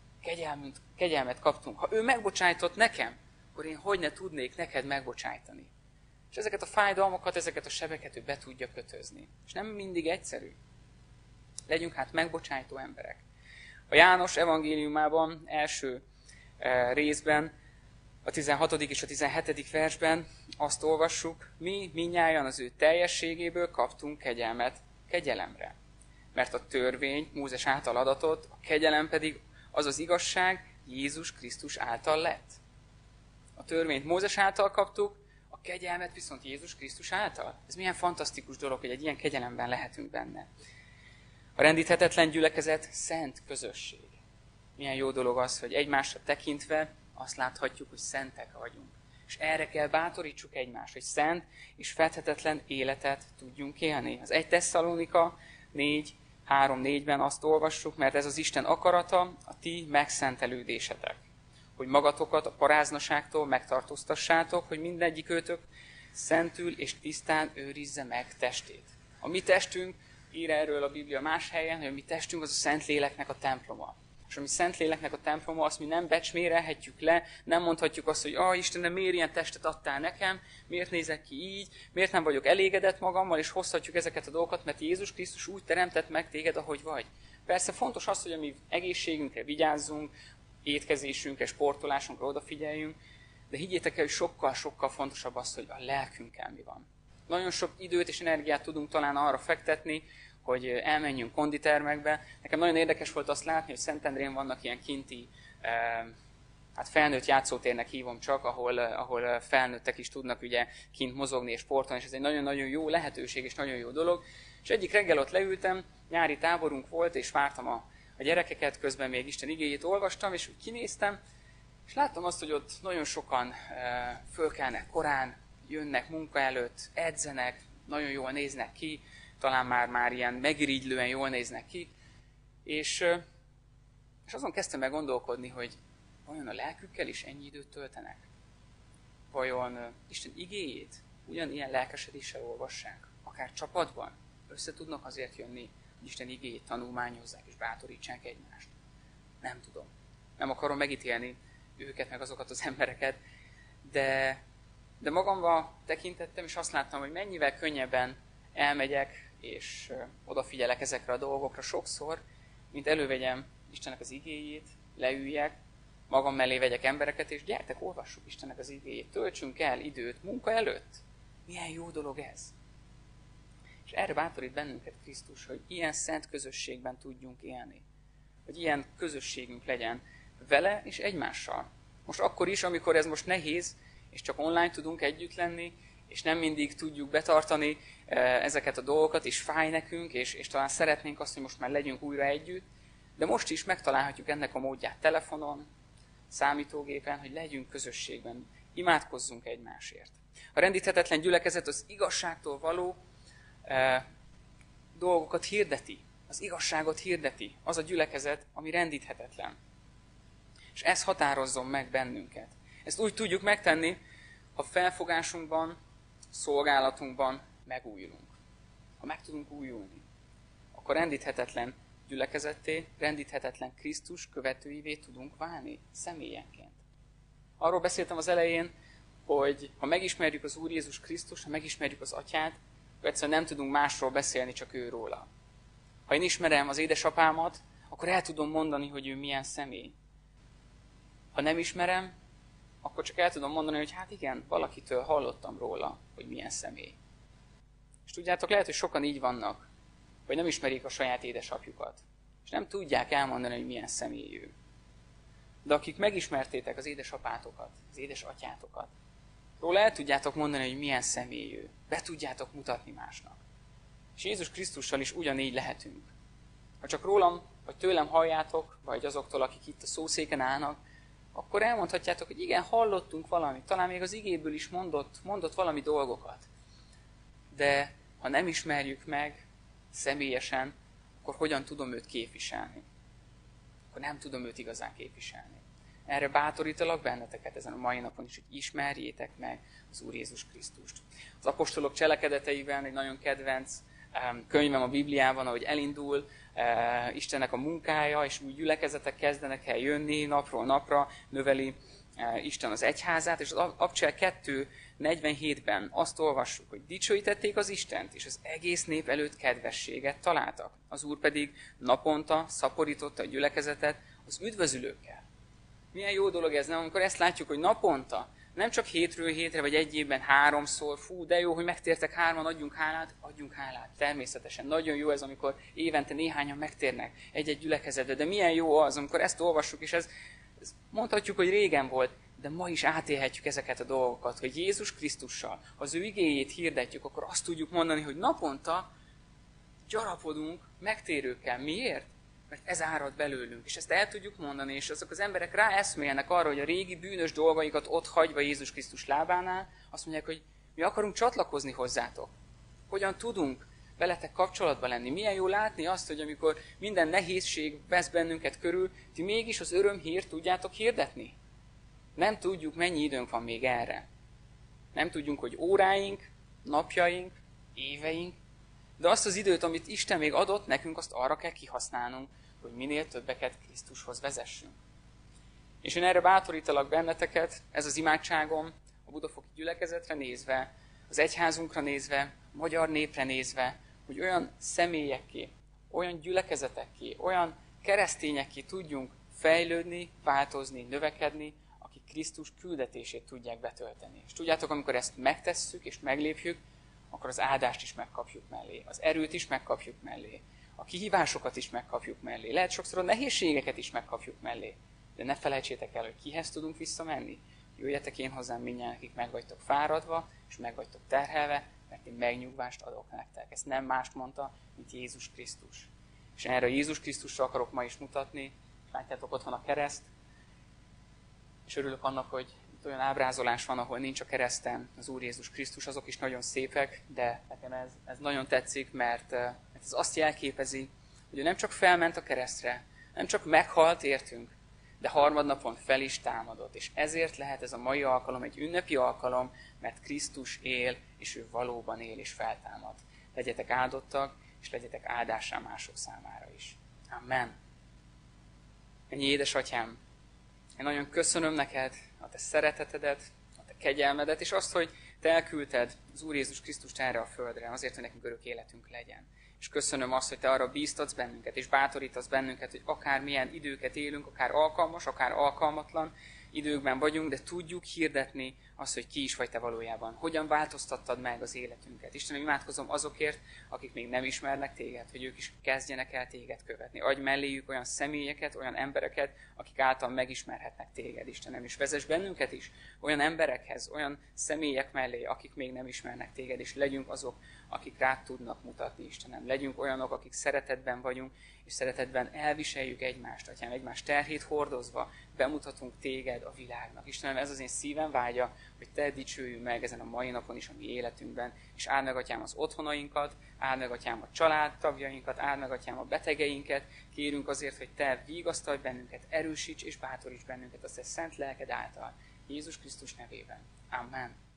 kegyelmet kaptunk. Ha ő megbocsájtott nekem, akkor én hogy ne tudnék neked megbocsájtani. És ezeket a fájdalmakat, ezeket a sebeket ő be tudja kötözni. És nem mindig egyszerű. Legyünk hát megbocsájtó emberek. A János evangéliumában első részben, a 16. és a 17. versben azt olvassuk, mi mindnyájan az ő teljességéből kaptunk kegyelmet kegyelemre. Mert a törvény Mózes által adatott, a kegyelem pedig az az igazság Jézus Krisztus által lett. A törvényt Mózes által kaptuk, a kegyelmet viszont Jézus Krisztus által. Ez milyen fantasztikus dolog, hogy egy ilyen kegyelemben lehetünk benne. A rendíthetetlen gyülekezet szent közösség. Milyen jó dolog az, hogy egymásra tekintve azt láthatjuk, hogy szentek vagyunk. És erre kell bátorítsuk egymást, hogy szent és fedhetetlen életet tudjunk élni. Az 1 Tesszalonika 4:3-4-ben azt olvassuk, mert ez az Isten akarata, a ti megszentelődésetek. Hogy magatokat a paráznaságtól megtartóztassátok, hogy mindegyikőtök szentül és tisztán őrizze meg testét. A mi testünk, ír erről a Biblia más helyen, hogy a mi testünk az a Szentléleknek a temploma. És a mi Szentléleknek a temploma, azt mi nem becsmérelhetjük le, nem mondhatjuk azt, hogy Istenem, miért ilyen testet adtál nekem, miért nézek ki így, miért nem vagyok elégedett magammal, és hozhatjuk ezeket a dolgokat, mert Jézus Krisztus úgy teremtett meg téged, ahogy vagy. Persze fontos az, hogy a mi egészségünkre vigyázzunk, étkezésünkre, sportolásunkra odafigyeljünk, de higgyétek el, hogy sokkal-sokkal fontosabb az, hogy a lelkünkkel mi van. Nagyon sok időt és energiát tudunk talán arra fektetni, hogy elmenjünk konditermekbe. Nekem nagyon érdekes volt azt látni, hogy Szentendrén vannak ilyen kinti, hát felnőtt játszótérnek hívom csak, ahol felnőttek is tudnak ugye kint mozogni és sportolni, és ez egy nagyon-nagyon jó lehetőség és nagyon jó dolog. És egyik reggel ott leültem, nyári táborunk volt, és vártam a gyerekeket, közben még Isten igéjét olvastam, és úgy kinéztem, és láttam azt, hogy ott nagyon sokan fölkelnek korán, jönnek munka előtt, edzenek, nagyon jól néznek ki, talán már ilyen megirigylően jól néznek ki, és azon kezdtem meg gondolkodni, hogy vajon a lelkükkel is ennyi időt töltenek? Vajon Isten igéjét ugyanilyen lelkesedéssel olvassák? Akár csapatban össze tudnak azért jönni, hogy Isten igéjét tanulmányozzák és bátorítsák egymást? Nem tudom. Nem akarom megítélni őket, meg azokat az embereket, de magamba tekintettem, és azt láttam, hogy mennyivel könnyebben elmegyek, és odafigyelek ezekre a dolgokra sokszor, mint elővegyem Istennek az igéjét, leüljek, magam mellé vegyek embereket, és gyertek, olvassuk Istennek az igéjét, töltsünk el időt munka előtt. Milyen jó dolog ez! És erre bátorít bennünket Krisztus, hogy ilyen szent közösségben tudjunk élni. Hogy ilyen közösségünk legyen vele és egymással. Most akkor is, amikor ez most nehéz, és csak online tudunk együtt lenni, és nem mindig tudjuk betartani ezeket a dolgokat, és fáj nekünk, és talán szeretnénk azt, hogy most már legyünk újra együtt, de most is megtalálhatjuk ennek a módját telefonon, számítógépen, hogy legyünk közösségben, imádkozzunk egymásért. A rendíthetetlen gyülekezet az igazságtól való dolgokat hirdeti, az igazságot hirdeti, az a gyülekezet, ami rendíthetetlen. És ez határozzon meg bennünket. Ezt úgy tudjuk megtenni, ha felfogásunkban, szolgálatunkban megújulunk. Ha meg tudunk újulni, akkor rendíthetetlen gyülekezetté, rendíthetetlen Krisztus követőivé tudunk válni személyenként. Arról beszéltem az elején, hogy ha megismerjük az Úr Jézus Krisztust, ha megismerjük az Atyát, akkor egyszerűen nem tudunk másról beszélni, csak őróla. Ha én ismerem az édesapámat, akkor el tudom mondani, hogy ő milyen személy. Ha nem ismerem, akkor csak el tudom mondani, hogy hát igen, valakitől hallottam róla, hogy milyen személy. És tudjátok, lehet, hogy sokan így vannak, hogy nem ismerik a saját édesapjukat, és nem tudják elmondani, hogy milyen személy ő. De akik megismertétek az édesapátokat, az édesatyátokat, róla el tudjátok mondani, hogy milyen személy ő. Be tudjátok mutatni másnak. És Jézus Krisztussal is ugyanígy lehetünk. Ha csak rólam, vagy tőlem halljátok, vagy azoktól, akik itt a szószéken állnak, akkor elmondhatjátok, hogy igen, hallottunk valamit, talán még az igéből is mondott valami dolgokat. De ha nem ismerjük meg személyesen, akkor hogyan tudom őt képviselni? Akkor nem tudom őt igazán képviselni. Erre bátorítalak benneteket ezen a mai napon is, hogy ismerjétek meg az Úr Jézus Krisztust. Az apostolok cselekedeteiben egy nagyon kedvenc könyvem a Bibliában, ahogy elindul Istennek a munkája, és új gyülekezetek kezdenek el jönni napról napra, növeli Isten az egyházát, és az Abcsel 2:47-ben azt olvassuk, hogy dicsőítették az Istent, és az egész nép előtt kedvességet találtak. Az Úr pedig naponta szaporította a gyülekezetet az üdvözülőkkel. Milyen jó dolog ez, nem? Amikor ezt látjuk, hogy naponta, nem csak hétről hétre, vagy egy évben 3-szor, fú, de jó, hogy megtértek 3-an, adjunk hálát, természetesen. Nagyon jó ez, amikor évente néhányan megtérnek egy-egy gyülekezetbe, de milyen jó az, amikor ezt olvassuk, és ez mondhatjuk, hogy régen volt, de ma is átélhetjük ezeket a dolgokat, hogy Jézus Krisztussal, ha az ő igéjét hirdetjük, akkor azt tudjuk mondani, hogy naponta gyarapodunk megtérőkkel. Miért? Mert ez árad belőlünk, és ezt el tudjuk mondani, és azok az emberek ráeszmélnek arra, hogy a régi bűnös dolgaikat ott hagyva Jézus Krisztus lábánál, azt mondják, hogy mi akarunk csatlakozni hozzátok. Hogyan tudunk veletek kapcsolatban lenni? Milyen jó látni azt, hogy amikor minden nehézség vesz bennünket körül, ti mégis az örömhírt tudjátok hirdetni. Nem tudjuk, mennyi időnk van még erre. Nem tudjunk, hogy óráink, napjaink, éveink, de azt az időt, amit Isten még adott, nekünk azt arra kell kihasználnunk, hogy minél többeket Krisztushoz vezessünk. És én erre bátorítalak benneteket, ez az imádságom a budafoki gyülekezetre nézve, az egyházunkra nézve, a magyar népre nézve, hogy olyan személyekké, olyan gyülekezetekké, olyan keresztényekké tudjunk fejlődni, változni, növekedni, akik Krisztus küldetését tudják betölteni. És tudjátok, amikor ezt megtesszük és meglépjük, akkor az áldást is megkapjuk mellé, az erőt is megkapjuk mellé, a kihívásokat is megkapjuk mellé, lehet sokszor a nehézségeket is megkapjuk mellé. De ne felejtsétek el, hogy kihez tudunk visszamenni. Jöjjetek én hozzám mindjárt, akik meg vagytok fáradva, és meg vagytok terhelve, mert én megnyugvást adok nektek. Ezt nem mást mondta, mint Jézus Krisztus. És erre a Jézus Krisztusra akarok ma is mutatni. Látjátok, ott van a kereszt. És örülök annak, hogy itt olyan ábrázolás van, ahol nincs a kereszten az Úr Jézus Krisztus, azok is nagyon szépek, de nekem ez nagyon tetszik, mert ez azt jelképezi, hogy ő nem csak felment a keresztre, nem csak meghalt értünk, de harmadnapon fel is támadott. És ezért lehet ez a mai alkalom egy ünnepi alkalom, mert Krisztus él, és ő valóban él és feltámad. Legyetek áldottak, és legyetek áldásá mások számára is. Amen. Ennyi édesatyám, én nagyon köszönöm neked a te szeretetedet, a te kegyelmedet, és azt, hogy te elküldted az Úr Jézus Krisztust erre a földre, azért, hogy nekünk örök életünk legyen. És köszönöm azt, hogy te arra bíztatsz bennünket, és bátorítasz bennünket, hogy akármilyen időket élünk, akár alkalmas, akár alkalmatlan időkben vagyunk, de tudjuk hirdetni azt, hogy ki is vagy te valójában. Hogyan változtattad meg az életünket. Istenem, imádkozom azokért, akik még nem ismernek téged, hogy ők is kezdjenek el téged követni. Adj melléjük olyan személyeket, olyan embereket, akik által megismerhetnek téged, Istenem. És vezess bennünket is olyan emberekhez, olyan személyek mellé, akik még nem ismernek téged, és legyünk azok, akik rád tudnak mutatni, Istenem. Legyünk olyanok, akik szeretetben vagyunk, és szeretetben elviseljük egymást, Atyám, egymás terhét hordozva, bemutatunk téged a világnak. Istenem, ez az én szívem vágya, hogy te dicsőjünk meg ezen a mai napon is a mi életünkben, és áld meg, Atyám, az otthonainkat, áld meg, Atyám, a családtagjainkat, áld meg, Atyám, a betegeinket. Kérünk azért, hogy te vigasztalj bennünket, erősíts és bátoríts bennünket a te szent lelked által. Jézus Krisztus nevében. Amen.